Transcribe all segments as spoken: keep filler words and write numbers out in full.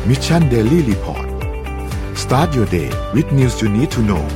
Mission Daily Report Start your day with news you need to know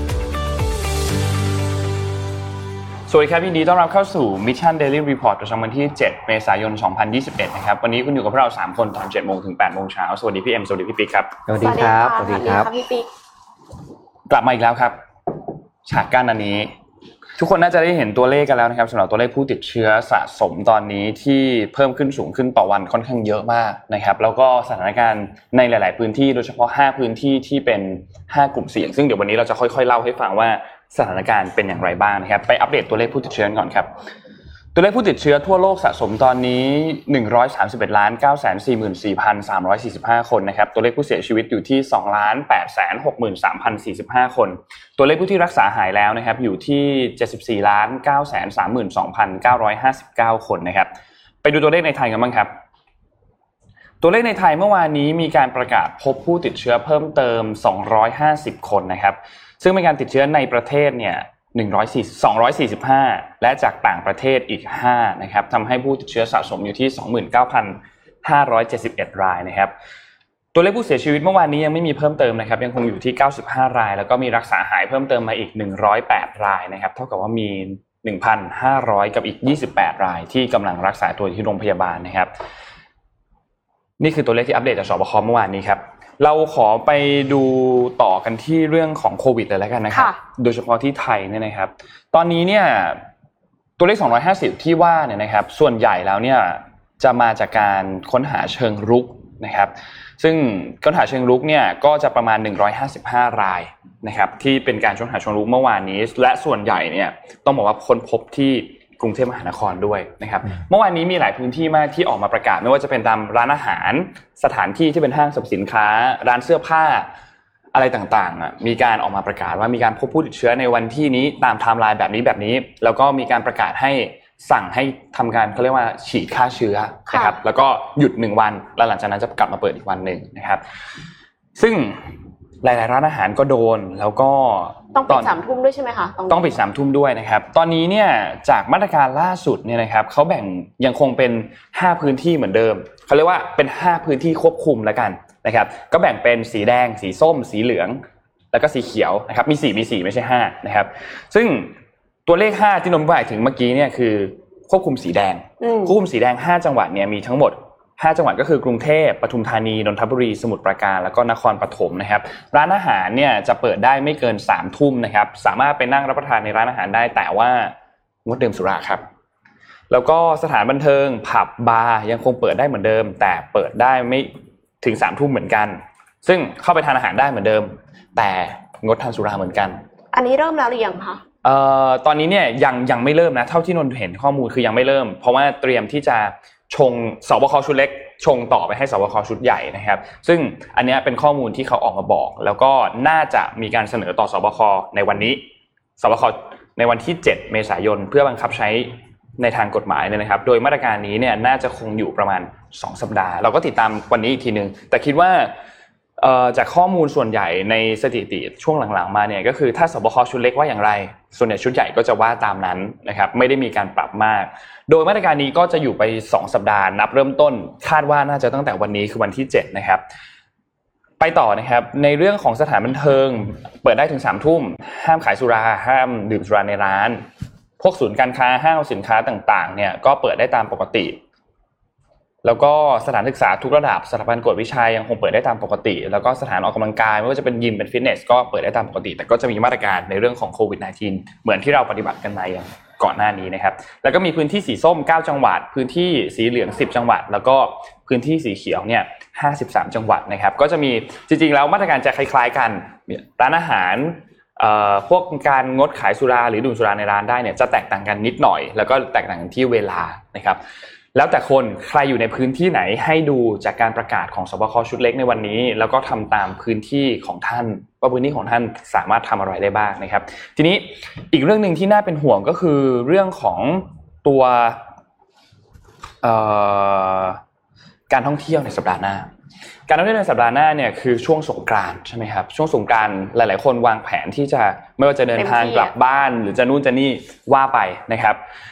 สวัสดีครับยินดีต้อนรับเข้าสู่ Mission Daily Report ประจำวันที่เจ็ดเมษายนสองพันยี่สิบเอ็ดนะครับวันนี้คุณอยู่กับพวกเราสามคนตอน เจ็ดโมง ถึง แปดโมง เช้าสวัสดีพี่เอ็มสวัสดีพี่ปิ๊กครับสวัสดีครับสวัสดีครับพี่ปิ๊กกลับมาอีกแล้วครับฉากกั้นอันนี้ทุกคนน่าจะได้เห็นตัวเลขกันแล้วนะครับสำหรับตัวเลขผู้ติดเชื้อสะสมตอนนี้ที่เพิ่มขึ้นสูงขึ้นต่อวันค่อนข้างเยอะมากนะครับแล้วก็สถานการณ์ในหลายๆพื้นที่โดยเฉพาะห้าพื้นที่ที่เป็นห้ากลุ่มเสี่ยงซึ่งเดี๋ยววันนี้เราจะค่อยๆเล่าให้ฟังว่าสถานการณ์เป็นอย่างไรบ้างนะครับไปอัปเดตตัวเลขผู้ติดเชื้อก่อนครับตัวเลขผู้ติดเชื้อทั่วโลกสะสมตอนนี้ หนึ่งร้อยสามสิบเอ็ดล้านเก้าแสนสี่หมื่นสี่พันสามร้อยสี่สิบห้า คนนะครับตัวเลขผู้เสียชีวิตอยู่ที่ สองล้านแปดแสนหกหมื่นสามพันสี่สิบห้า คนตัวเลขผู้ที่รักษาหายแล้วนะครับอยู่ที่ เจ็ดสิบสี่ล้านเก้าแสนสามหมื่นสองพันเก้าร้อยห้าสิบเก้า คนนะครับไปดูตัวเลขในไทยกันบ้างครับตัวเลขในไทยเมื่อวานนี้มีการประกาศพบผู้ติดเชื้อเพิ่มเติมสองร้อยห้าสิบคนนะครับซึ่งเป็นการติดเชื้อในประเทศเนี่ยหนึ่งร้อยสี่สิบ สองร้อยสี่สิบห้าและจากต่างประเทศอีกห้านะครับทำให้ผู้ติดเชื้อสะสมอยู่ที่ สองหมื่นเก้าพันห้าร้อยเจ็ดสิบเอ็ด รายนะครับตัวเลขผู้เสียชีวิตเมื่อวานนี้ยังไม่มีเพิ่มเติมนะครับยังคงอยู่ที่เก้าสิบห้ารายแล้วก็มีรักษาหายเพิ่มเติมมาอีกหนึ่งร้อยแปดรายนะครับเท่ากับว่ามี หนึ่งพันห้าร้อย กับอีกยี่สิบแปดรายที่กำลังรักษาตัวที่โรงพยาบาลนะครับนี่คือตัวเลขที่อัปเดตจากสบคเมื่อวานนี้ครับเราขอไปดูต่อกันที่เรื่องของโควิดเลยแล้วกันนะครับโดยเฉพาะที่ไทยเนี่ยนะครับตอนนี้เนี่ยตัวเลขสองร้อยห้าสิบที่ว่าเนี่ยนะครับส่วนใหญ่แล้วเนี่ยจะมาจากการค้นหาเชิงรุกนะครับซึ่งค้นหาเชิงรุกเนี่ยก็จะประมาณหนึ่งร้อยห้าสิบห้ารายนะครับที่เป็นการค้นหาเชิงรุกเมื่อวานนี้และส่วนใหญ่เนี่ยต้องบอกว่าค้นพบที่กรุงเทพมหานครด้วยนะครับเมื่อวานนี้มีหลายพื้นที่มากที่ออกมาประกาศไม่ว่าจะเป็นตามร้านอาหารสถานที่ที่เป็นห้างสรรพสินค้าร้านเสื้อผ้าอะไรต่างๆอ่ะมีการออกมาประกาศว่ามีการพบผู้ติดเชื้อในวันที่นี้ตามไทม์ไลน์แบบนี้แบบนี้แล้วก็มีการประกาศให้สั่งให้ทำการเขาเรียกว่าฉีดฆ่าเชื้อนะครับแล้วก็หยุดหนึ่งวันแล้วหลังจากนั้นจะกลับมาเปิดอีกวันนึงนะครับซึ่งหลายๆร้านอาหารก็โดนแล้วก็ต้องปิดสามทุ่มด้วยใช่ไหมคะต้องปิดสามทุ่มด้วยนะครับตอนนี้เนี่ยจากมาตรการล่าสุดเนี่ยนะครับเขาแบ่งยังคงเป็นห้าพื้นที่เหมือนเดิมเขาเรียกว่าเป็นห้าพื้นที่ควบคุมแล้วกันนะครับก็แบ่งเป็นสีแดงสีส้มสีเหลืองแล้วก็สีเขียวนะครับมีสี่มีสี่ไม่ใช่ห้านะครับซึ่งตัวเลขห้าที่นนท์บอกถึงเมื่อกี้เนี่ยคือควบคุมสีแดงควบคุมสีแดงห้าจังหวัดเนี่ยมีทั้งหมดห้าจังหวัดก็คือกรุงเทพปทุมธานีนนทบุรีสมุทรปราการแล้วก็นครปฐมนะครับร้านอาหารเนี่ยจะเปิดได้ไม่เกินสามทุ่มนะครับสามารถไปนั่งรับประทานในร้านอาหารได้แต่ว่างดดื่มสุราครับแล้วก็สถานบันเทิงผับบาร์ยังคงเปิดได้เหมือนเดิมแต่เปิดได้ไม่ถึงสามทุ่มเหมือนกันซึ่งเข้าไปทานอาหารได้เหมือนเดิมแต่งดทานสุราเหมือนกันอันนี้เริ่มแล้วหรือยังคะเอ่อตอนนี้เนี่ยยังยังไม่เริ่มนะเท่าที่นนท์เห็นข้อมูลคือยังไม่เริ่มเพราะว่าเตรียมที่จะชงสบคชุดเล็กชงต่อไปให้สบคชุดใหญ่นะครับซึ่งอันนี้เป็นข้อมูลที่เขาออกมาบอกแล้วก็น่าจะมีการเสนอต่อสบคในวันนี้สบคในวันที่เจ็ดเมษายนเพื่อบังคับใช้ในทางกฎหมายเนี่ยนะครับโดยมาตรการนี้เนี่ยน่าจะคงอยู่ประมาณสองสัปดาห์เราก็ติดตามวันนี้อีกทีนึงแต่คิดว่าเอ่อจากข้อมูลส่วนใหญ่ในสถิติช่วงหลังๆมาเนี่ยก็คือถ้าสบคชุดเล็กว่าอย่างไรส่วนใหญ่ชุดใหญ่ก็จะว่าตามนั้นนะครับไม่ได้มีการปรับมากโดยมาตรการนี้ก็จะอยู่ไปสองสัปดาห์นับเริ่มต้นคาดว่าน่าจะตั้งแต่วันนี้คือวันที่เจ็ดนะครับไปต่อนะครับในเรื่องของสถานบันเทิงเปิดได้ถึงสามทุ่มห้ามขายสุราห้ามดื่มสุราในร้านพวกศูนย์การค้าห้างสินค้าต่างๆเนี่ยก็เปิดได้ตามปกติแล้วก็สถานศึกษาทุกระดับสถาบันกวดวิชายังคงเปิดได้ตามปกติแล้วก็สถานออกกำลังกายไม่ว่าจะเป็นยิมเป็นฟิตเนสก็เปิดได้ตามปกติแต่ก็จะมีมาตรการในเรื่องของโควิด สิบเก้า เหมือนที่เราปฏิบัติกันมาอย่างก่อนหน้านี้นะครับแล้วก็มีพื้นที่สีส้มเก้าจังหวัดพื้นที่สีเหลืองสิบจังหวัดแล้วก็พื้นที่สีเขียวเนี่ยห้าสิบสามจังหวัดนะครับก็จะมีจริงๆแล้วมาตรการจะคล้ายๆกันร้านอาหารเอ่อพวกการงดขายสุราหรือดื่มสุราในร้านได้เนี่ยจะแตกต่างกันนิดหน่อยแล้วก็แตกต่างกันที่เวลานะครับแล้วแต่คนใครอยู่ในพื้นที่ไหนให้ดูจากการประกาศของสบคชุดเล็กในวันนี้แล้วก็ทำตามพื้นที่ของท่านว่าพื้นที่ของท่านสามารถทำอะไรได้บ้างนะครับทีนี้อีกเรื่องนึงที่น่าเป็นห่วงก็คือเรื่องของตัวเอ่อการท่องเที่ยวในสัปดาห์หน้าการท่องเที่ยวในสัปดาห์หน้าเนี่ยคือช่วงสงกรานต์ใช่ไหมครับช่วงสงกรานต์หลายๆคนวางแผนที่จะไม่ว่าจะเดินทางกลับบ้านหรือจะนู่นจะนี่ว่าไปนะครับ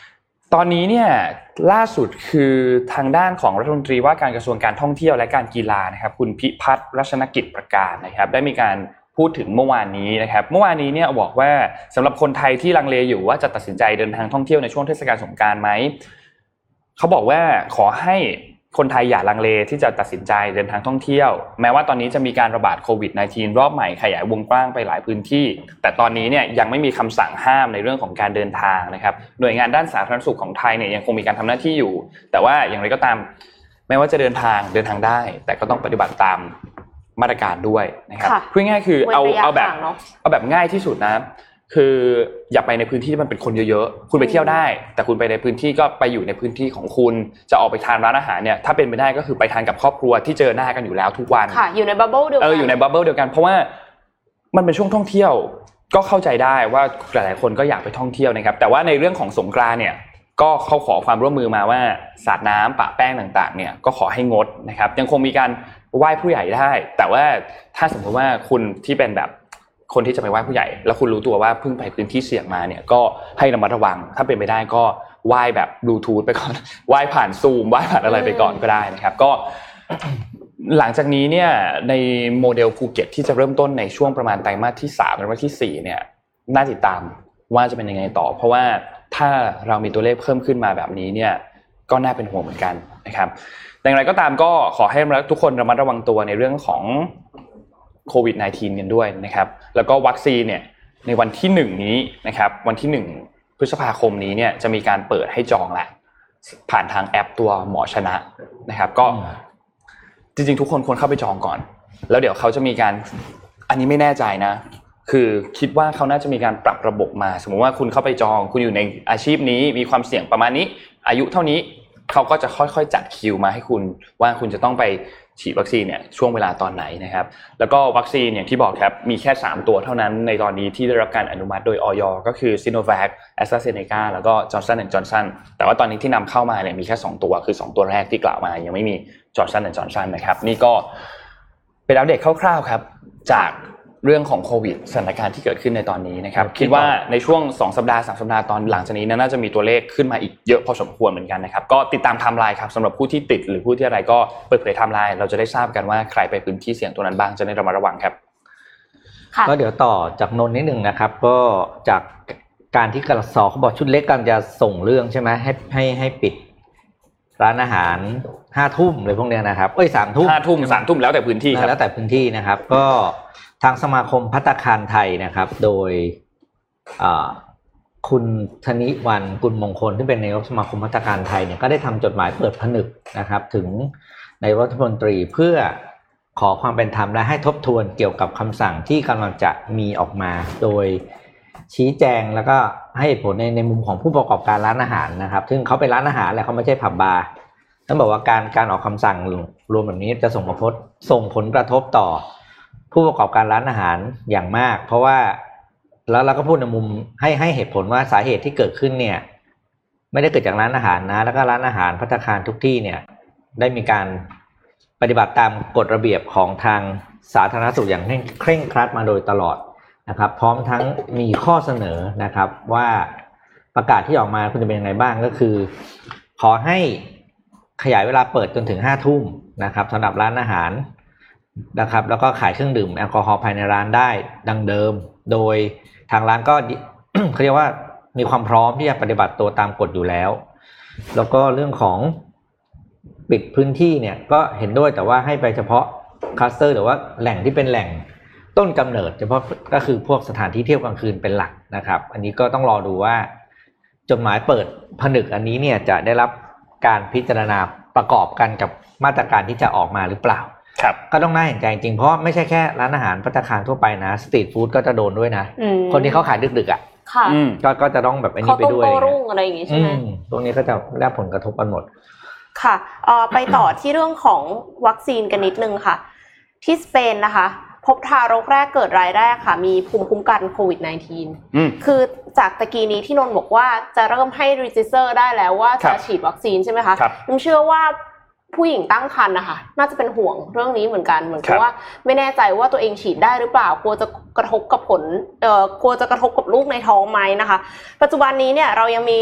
ตอนนี้เนี่ยล่าสุดคือทางด้านของรัฐมนตรีว่าการกระทรวงการท่องเที่ยวและการกีฬานะครับคุณพิพัฒน์รัชนกิจประการนะครับได้มีการพูดถึงเมื่อวานนี้นะครับเมื่อวานนี้เนี่ยบอกว่าสำหรับคนไทยที่ลังเลอยู่ว่าจะตัดสินใจเดินทางท่องเที่ยวในช่วงเทศกาลสงกรานต์ไหมเขาบอกว่าขอให้คนไทยอย่าลังเลที่จะตัดสินใจเดินทางท่องเที่ยวแม้ว่าตอนนี้จะมีการระบาดโควิด สิบเก้า รอบใหม่ขยายวงกว้างไปหลายพื้นที่แต่ตอนนี้เนี่ยยังไม่มีคำสั่งห้ามในเรื่องของการเดินทางนะครับหน่วยงานด้านสาธารณสุขของไทยเนี่ยยังคงมีการทำหน้าที่อยู่แต่ว่าอย่างไรก็ตามแม้ว่าจะเดินทางเดินทางได้แต่ก็ต้องปฏิบัติตามมาตรการด้วยนะครับพูดง่ายๆคือเอาเอาแบบเอาแบบง่ายที่สุดนะคืออย่าไปในพื้นที่ที่มันเป็นคนเยอะๆคุณไปเที่ยวได้แต่คุณไปในพื้นที่ก็ไปอยู่ในพื้นที่ของคุณจะออกไปทานร้านอาหารเนี่ยถ้าเป็นไปได้ก็คือไปทานกับครอบครัวที่เจอหน้ากันอยู่แล้วทุกวันค่ะอยู่ในบับเบิ้ลเดียวกันเอออยู่ในบับเบิ้ลเดียวกันเพราะว่ามันเป็นช่วงท่องเที่ยวก็เข้าใจได้ว่าหลายๆคนก็อยากไปท่องเที่ยวนะครับแต่ว่าในเรื่องของสงกรานต์เนี่ยก็เขาขอความร่วมมือมาว่าสาดน้ำปะแป้งต่างๆเนี่ยก็ขอให้งดนะครับยังคงมีการไหว้ผู้ใหญ่ได้แต่ว่าถ้าสมมติว่าคุณที่เป็นแบบคนที่จะไปไหว้ผู้ใหญ่แล้วคุณรู้ตัวว่าเพิ่งไปพื้นที่เสี่ยงมาเนี่ยก็ให้ระมัดระวังถ้าเป็นไปได้ก็ไหว้แบบบลูทูธไปก่อนไหว้ผ่านซูมไหว้ผ่านอะไรไปก่อนก็ได้นะครับก็หลังจากนี้เนี่ยในโมเดลภูเก็ตที่จะเริ่มต้นในช่วงประมาณไตรมาสที่สามไตรมาสที่สี่เนี่ยน่าติดตามว่าจะเป็นยังไงต่อเพราะว่าถ้าเรามีตัวเลขเพิ่มขึ้นมาแบบนี้เนี่ยก็น่าเป็นห่วงเหมือนกันนะครับแต่อย่างไรก็ตามก็ขอให้ทุกคนระมัดระวังตัวในเรื่องของโควิด สิบเก้า กันด้วยนะครับแล้วก็วัคซีนเนี่ยในวันที่หนึ่งนี้นะครับวันที่หนึ่งพฤษภาคมนี้เนี่ยจะมีการเปิดให้จองแหละผ่านทางแอปตัวหมอชนะนะครับก็จริงๆทุกคนควรเข้าไปจองก่อนแล้วเดี๋ยวเขาจะมีการอันนี้ไม่แน่ใจนะคือคิดว่าเขาน่าจะมีการปรับระบบมาสมมุติว่าคุณเข้าไปจองคุณอยู่ในอาชีพนี้มีความเสี่ยงประมาณนี้อายุเท่านี้เขาก็จะค่อยๆจัดคิวมาให้คุณว่าคุณจะต้องไปฉีดวัคซีนเนี่ยช่วงเวลาตอนไหนนะครับแล้วก็วัคซีนอย่างที่บอกครับมีแค่สามตัวเท่านั้นในตอนนี้ที่ได้รับการอนุมัติโดยอย.ก็คือ Sinovac AstraZeneca แล้วก็ Johnson แอนด์ Johnson แต่ว่าตอนนี้ที่นำเข้ามาเนี่ยมีแค่สองตัวคือสองตัวแรกที่กล่าวมายังไม่มี Johnson แอนด์ Johnson นะครับนี่ก็เป็นอัปเดตคร่าวๆครับจากเรื่องของโควิดสถานการณ์ที่เกิดขึ้นในตอนนี้นะครับคิดว่าในช่วงสองสัปดาห์สามสัปดาห์ตอนหลังจากนี้น่าจะมีตัวเลขขึ้นมาอีกเยอะพอสมควรเหมือนกันนะครับก็ติดตามไทม์ไลน์ครับสำหรับผู้ที่ติดหรือผู้ที่อะไรก็เปิดเผยไทม์ไลน์เราจะได้ทราบกันว่าใครไปพื้นที่เสี่ยงตัวนั้นบ้างจะได้ระมัดระวังครับก็เดี๋ยวต่อจากนนท์นิดนึงนะครับก็จากการที่กสศเขาบอกชุดเล็กกำลังจะส่งเรื่องใช่ไหมให้ให้ให้ปิดร้านอาหารห้าทุ่มเลยพวกเนี้ยนะครับเอ้ยสามทุ่มห้าทุ่มสามทุ่มแล้วแต่พื้นที่ครับแล้วแต่พื้นที่นะครับก็ทางสมาคมภัตตาคารไทยนะครับโดยคุณธนิวรรณกุลมงคลที่เป็นนายกสมาคมภัตตาคารไทยเนี่ยก็ได้ทำจดหมายเปิดผนึกนะครับถึงนายกรัฐมนตรีเพื่อขอความเป็นธรรมและให้ทบทวนเกี่ยวกับคำสั่งที่กำลังจะมีออกมาโดยชี้แจงแล้วก็ให้ผลในในมุมของผู้ประกอบการร้านอาหารนะครับซึ่งเขาเป็นร้านอาหารแหละเขาไม่ใช่ผับบาร์ต้องบอกว่าการการออกคำสั่งรวมแบบนี้จะส่งผลส่งผลกระทบต่อผู้ประกอบการร้านอาหารอย่างมากเพราะว่าแล้วเราก็พูดในมุมให้ให้เหตุผลว่าสาเหตุที่เกิดขึ้นเนี่ยไม่ได้เกิดจากร้านอาหารนะแล้วก็ร้านอาหารภัตตาคารทุกที่เนี่ยได้มีการปฏิบัติตามกฎระเบียบของทางสาธารณสุขอย่างเคร่งครัดมาโดยตลอดนะครับพร้อมทั้งมีข้อเสนอนะครับว่าประกาศที่ออกมาคุณจะเป็นยังไงบ้างก็คือขอให้ขยายเวลาเปิดจนถึงห้าทุ่มนะครับสำหรับร้านอาหารนะครับแล้วก็ขายเครื่องดื่มแอลกอฮอล์ภายในร้านได้ดังเดิมโดยทางร้านก็ เขาเรียกว่ามีความพร้อมที่จะปฏิบัติตัวตามกฎอยู่แล้วแล้วก็เรื่องของปิดพื้นที่เนี่ยก็เห็นด้วยแต่ว่าให้ไปเฉพาะคลัสเตอร์หรือว่าแหล่งที่เป็นแหล่งต้นกำเนิดเฉพาะก็คือพวกสถานที่เที่ยวกลางคืนเป็นหลักนะครับอันนี้ก็ต้องรอดูว่าจดหมายเปิดผนึกอันนี้เนี่ยจะได้รับการพิจารณาประกอบกันกับมาตรการที่จะออกมาหรือเปล่าก็ต้องน่าเห็นใจจริงเพราะไม่ใช่แค่ร้านอาหารภัตตาคารทั่วไปนะสตรีทฟู้ดก็จะโดนด้วยนะคนที่เขาขายดึกๆอ่ะก็ก็จะต้องแบบอันนี้ไปด้วยอะไรอย่างงี้ใช่ไหมตรงนี้ก็จะได้รับผลกระทบกันหมดค่ะเอ่อไปต่อที่เรื่องของวัคซีนกันนิดนึงค่ะที่สเปนนะคะพบทารกแรกเกิดรายแรกค่ะมีภูมิคุ้มกันโควิด สิบเก้า คือจากตะกี้นี้ที่นนท์บอกว่าจะเริ่มให้รีจิสเตอร์ได้แล้วว่าจะฉีดวัคซีนใช่ไหมคะนนท์เชื่อว่าผู้หญิงตั้งครรภ์นะคะน่าจะเป็นห่วงเรื่องนี้เหมือนกันเหมือนกับว่าไม่แน่ใจว่าตัวเองฉีดได้หรือเปล่ากลัวจะกระทบกับผลเอ่อกลัวจะกระทบกับลูกในท้องไหมนะคะปัจจุบันนี้เนี่ยเรายังมี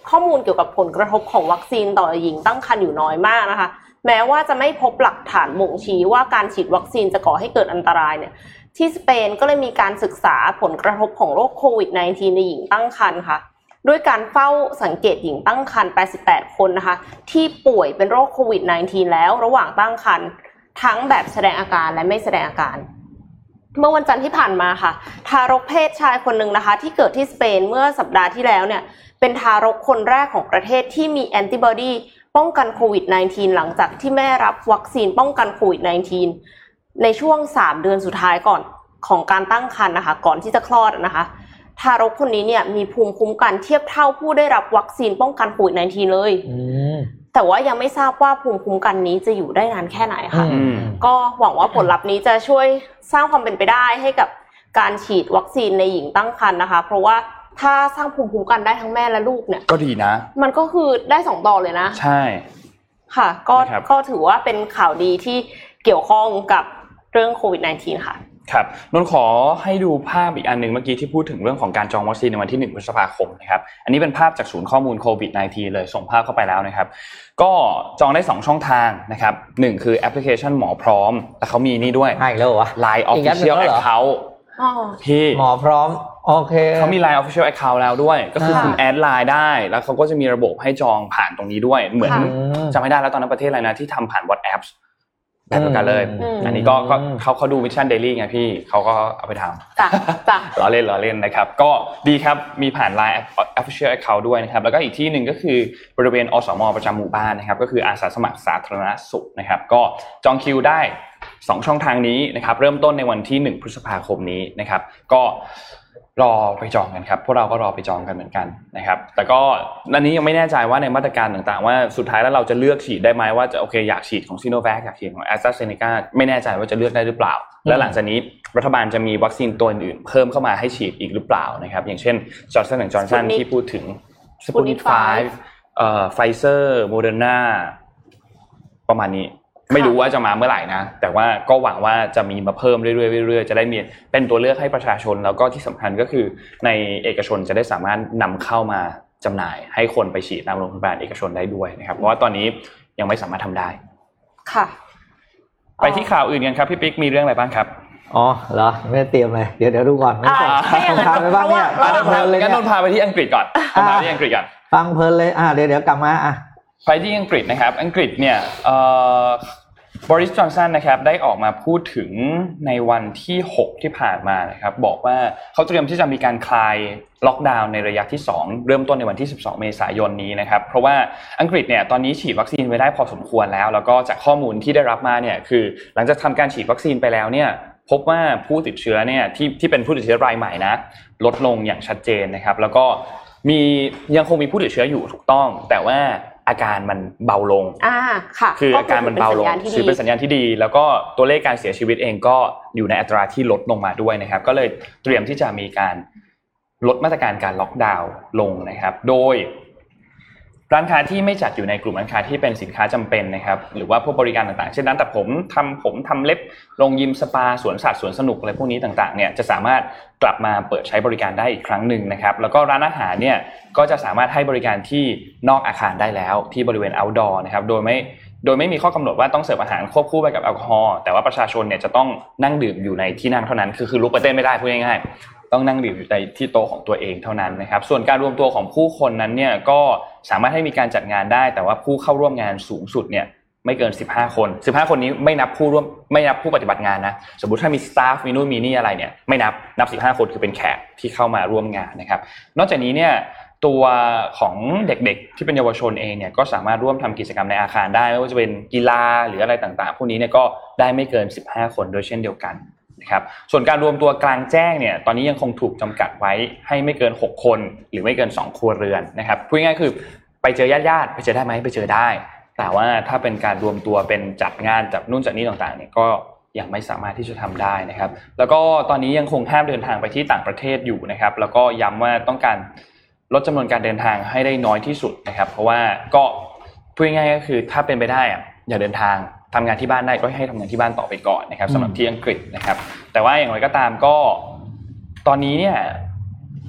ข้อมูลเกี่ยวกับผลกระทบของวัคซีนต่อหญิงตั้งครรภ์อยู่น้อยมากนะคะแม้ว่าจะไม่พบหลักฐานบ่งชี้ว่าการฉีดวัคซีนจะก่อให้เกิดอันตรายเนี่ยที่สเปนก็เลยมีการศึกษาผลกระทบของโรคโควิด สิบเก้า ในหญิงตั้งครรภ์ค่ะด้วยการเฝ้าสังเกตหญิงตั้งครรภ์แปดสิบแปดคนนะคะที่ป่วยเป็นโรคโควิด สิบเก้า แล้วระหว่างตั้งครรภ์ทั้งแบบแสดงอาการและไม่แสดงอาการเมื่อวันจันทร์ที่ผ่านมาค่ะทารกเพศชายคนหนึ่งนะคะที่เกิดที่สเปนเมื่อสัปดาห์ที่แล้วเนี่ยเป็นทารกคนแรกของประเทศที่มีแอนติบอดีป้องกันโควิด สิบเก้า หลังจากที่แม่รับวัคซีนป้องกันโควิด สิบเก้า ในช่วงสามเดือนสุดท้ายก่อนของการตั้งครรภ์นะคะก่อนที่จะคลอดนะคะทารกคนนี้เนี่ยมีภูมิคุ้มกันเทียบเท่าผู้ได้รับวัคซีนป้องกันโควิด สิบเก้า เลยแต่ว่ายังไม่ทราบว่าภูมิคุ้มกันนี้จะอยู่ได้นานแค่ไหนค่ะก็หวังว่าผลลัพธ์นี้จะช่วยสร้างความเป็นไปได้ให้กับการฉีดวัคซีนในหญิงตั้งครรภ์นะคะเพราะว่าถ้าสร้างภูมิคุ้มกันได้ทั้งแม่และลูกเนี่ยก็ดีนะมันก็คือได้สองต่อเลยนะใช่ค่ะก็ก็ถือว่าเป็นข่าวดีที่เกี่ยวข้องกับเรื่องโควิด สิบเก้า ค่ะครับนนขอให้ดูภาพอีกอันนึงเมื่อกี้ที่พูดถึงเรื่องของการจองวัคซีนในวันที่หนึ่งพฤษภาคมนะครับอันนี้เป็นภาพจากศูนย์ข้อมูลโควิด สิบเก้า เลยส่งภาพเข้าไปแล้วนะครับก็จองได้สองช่องทางนะครับหนึ่งคือแอปพลิเคชันหมอพร้อมแต่เขามีนี่ด้วยใช่แล้ววะไลน์ Official Account อ๋อที่หมอพร้อมโอเคเขามี ไลน์ Official Account แล้วด้วยก็คือคุณแอดไลน์ได้แล้วเขาก็จะมีระบบให้จองผ่านตรงนี้ด้วยเหมือนจำไม่ได้แล้วตอนนั้นประเทศอะไรนะที่ทำผ่าน WhatsAppแบบเดียวกันเลยอันนี้ก็เขาเขาดู Mission Daily ไงพี่เขาก็เอาไปทำจ้ะจ้ะล้อเล่นล้อเล่นนะครับก็ดีครับมีผ่าน ไลน์ Official Account ด้วยนะครับแล้วก็อีกที่นึงก็คือบริเวณอสม.ประจำหมู่บ้านนะครับก็คืออาสาสมัครสาธารณสุขนะครับก็จองคิวได้สองช่องทางนี้นะครับเริ่มต้นในวันที่หนึ่งพฤษภาคมนี้นะครับก็รอไปจองกันครับพวกเราก็รอไปจองกันเหมือนกันนะครับแต่ก็อันนี้ยังไม่แน่ใจว่าในมาตรการต่างๆว่าสุดท้ายแล้วเราจะเลือกฉีดได้ไหมว่าจะโอเคอยากฉีดของ Sinovac อยากฉีดของ AstraZeneca ไม่แน่ใจว่าจะเลือกได้หรือเปล่าและหลังจากนี้รัฐบาลจะมีวัคซีนตัวอื่นๆเพิ่มเข้ามาให้ฉีดอีกหรือเปล่านะครับอย่างเช่น Johnson แอนด์ Johnson ที่พูดถึง Sputnik ไฟว์เอ่อ Pfizer Moderna ประมาณนี้ไม่รู้ว่าจะมาเมื่อไหร่นะแต่ว่าก็หวังว่าจะมีมาเพิ่มเรื่อยๆเรื่อยๆจะได้มีเป็นตัวเลือกให้ประชาชนแล้วก็ที่สำคัญก็คือในเอกชนจะได้สามารถนำเข้ามาจำหน่ายให้คนไปฉีดตามโรงพยาบาลเอกชนได้ด้วยนะครับเพราะว่าตอนนี้ยังไม่สามารถทำได้ค่ะไปที่ข่าวอื่นกันครับพี่ปิ๊กมีเรื่องอะไรบ้างครับอ๋อเหรอไม่ได้เตรียมเลยเดี๋ยวเดี๋ยวดูก่อนไม่ส่งพาไปบ้างเนี่ยงั้นนนพาไปที่อังกฤษก่อนพาไปที่อังกฤษก่อนฟังเพลินเลยอ่ะเดี๋ยวเดี๋ยวกลับมาอ่ะไปที่อังกฤษนะครับอังกฤษเนี่ยเอ่อบริส จอนสันนะครับได้ออกมาพูดถึงในวันที่หกที่ผ่านมานะครับบอกว่าเขาเตรียมที่จะมีการคลายล็อกดาวน์ในระยะที่สองเริ่มต้นในวันที่สิบสองเมษายนนี้นะครับเพราะว่าอังกฤษเนี่ยตอนนี้ฉีดวัคซีนไปได้พอสมควรแล้วแล้วก็จากข้อมูลที่ได้รับมาเนี่ยคือหลังจากทำการฉีดวัคซีนไปแล้วเนี่ยพบว่าผู้ติดเชื้อเนี่ยที่ที่เป็นผู้ติดเชื้อรายใหม่นะลดลงอย่างชัดเจนนะครับแล้วก็มียังคงมีผู้ติดเชื้ออยู่ถูกต้องแต่ว่าอาการมันเบาลงอ่าค่ะคืออาการมันเบาลงถือเป็นสัญญาณที่ดีแล้วก็ตัวเลขการเสียชีวิตเองก็อยู่ในอัตราที่ลดลงมาด้วยนะครับก็เลยเตรียมที่จะมีการลดมาตรการการล็อกดาวน์ลงนะครับโดยร้านค้าที่ไม่จัดอยู่ในกลุ่มร้านค้าที่เป็นสินค้าจำเป็นนะครับหรือว่าพวกบริการต่างๆเช่นร้านตัดผมทำผมทำเล็บโรงยิมสปาสวนสัตว์สวนสนุกอะไรพวกนี้ต่างๆเนี่ยจะสามารถกลับมาเปิดใช้บริการได้อีกครั้งหนึ่งนะครับแล้วก็ร้านอาหารเนี่ยก็จะสามารถให้บริการที่นอกอาคารได้แล้วที่บริเวณ outdoor นะครับโดยไม่โดยไม่มีข้อกำหนดว่าต้องเสิร์ฟอาหารควบคู่ไปกับแอลกอฮอล์แต่ว่าประชาชนเนี่ยจะต้องนั่งดื่มอยู่ในที่นั่งเท่านั้นคือคือลุกไปเต้นไม่ได้พูดง่ายๆต้องนั่งดื่มอยู่ในที่โต๊ะของตัวเองเท่านั้นนะครับส่วนการรวมตัวของผู้คนนั้นเนี่ยก็สามารถให้มีการจัดงานได้แต่ว่าผู้เข้าร่วมงานสูงสุดเนี่ยไม่เกินสิบห้าคนสิบห้าคนนี้ไม่นับผู้ร่วมไม่นับผู้ปฏิบัติงานนะสมมุติถ้ามีสตาฟมีนู่นมีนี่อะไรเนี่ยไม่นับนับสิบห้าคนคือเป็นแขกที่เข้ามาร่วมงานนะครับนอกจากนี้เนี่ยตัวของเด็กๆที่เป็นเยาวชนเองเนี่ยก็สามารถร่วมทำกิจกรรมในอาคารได้ไม่ว่าจะเป็นกีฬาหรืออะไรต่างๆพวกนี้เนี่ยก็ได้ไม่เกินสิบห้าคนโดยเช่นเดียวกันนะครับส่วนการรวมตัวกลางแจ้งเนี่ยตอนนี้ยังคงถูกจำกัดไว้ให้ไม่เกินหกคนหรือไม่เกินสองครัวเรือนนะครับพูดง่ายๆคือไปเจอญาติๆไปเจอได้ไหมไปเจอได้แต่ว่าถ้าเป็นการรวมตัวเป็นจัดงานจัดนู่นจัดนี่ต่างๆเนี่ยก็ยังไม่สามารถที่จะทำได้นะครับแล้วก็ตอนนี้ยังคงห้ามเดินทางไปที่ต่างประเทศอยู่นะครับแล้วก็ย้ำว่าต้องการลดจำนวนการเดินทางให้ได้น้อยที่สุดนะครับเพราะว่าก็พูดง่ายๆก็คือถ้าเป็นไปได้อะอย่าเดินทางทำงานที่บ้านได้ก็ให้ทำงานที่บ้านต่อไปก่อนนะครับสำหรับที่อังกฤษนะครับแต่ว่าอย่างไรก็ตามก็ตอนนี้เนี่ย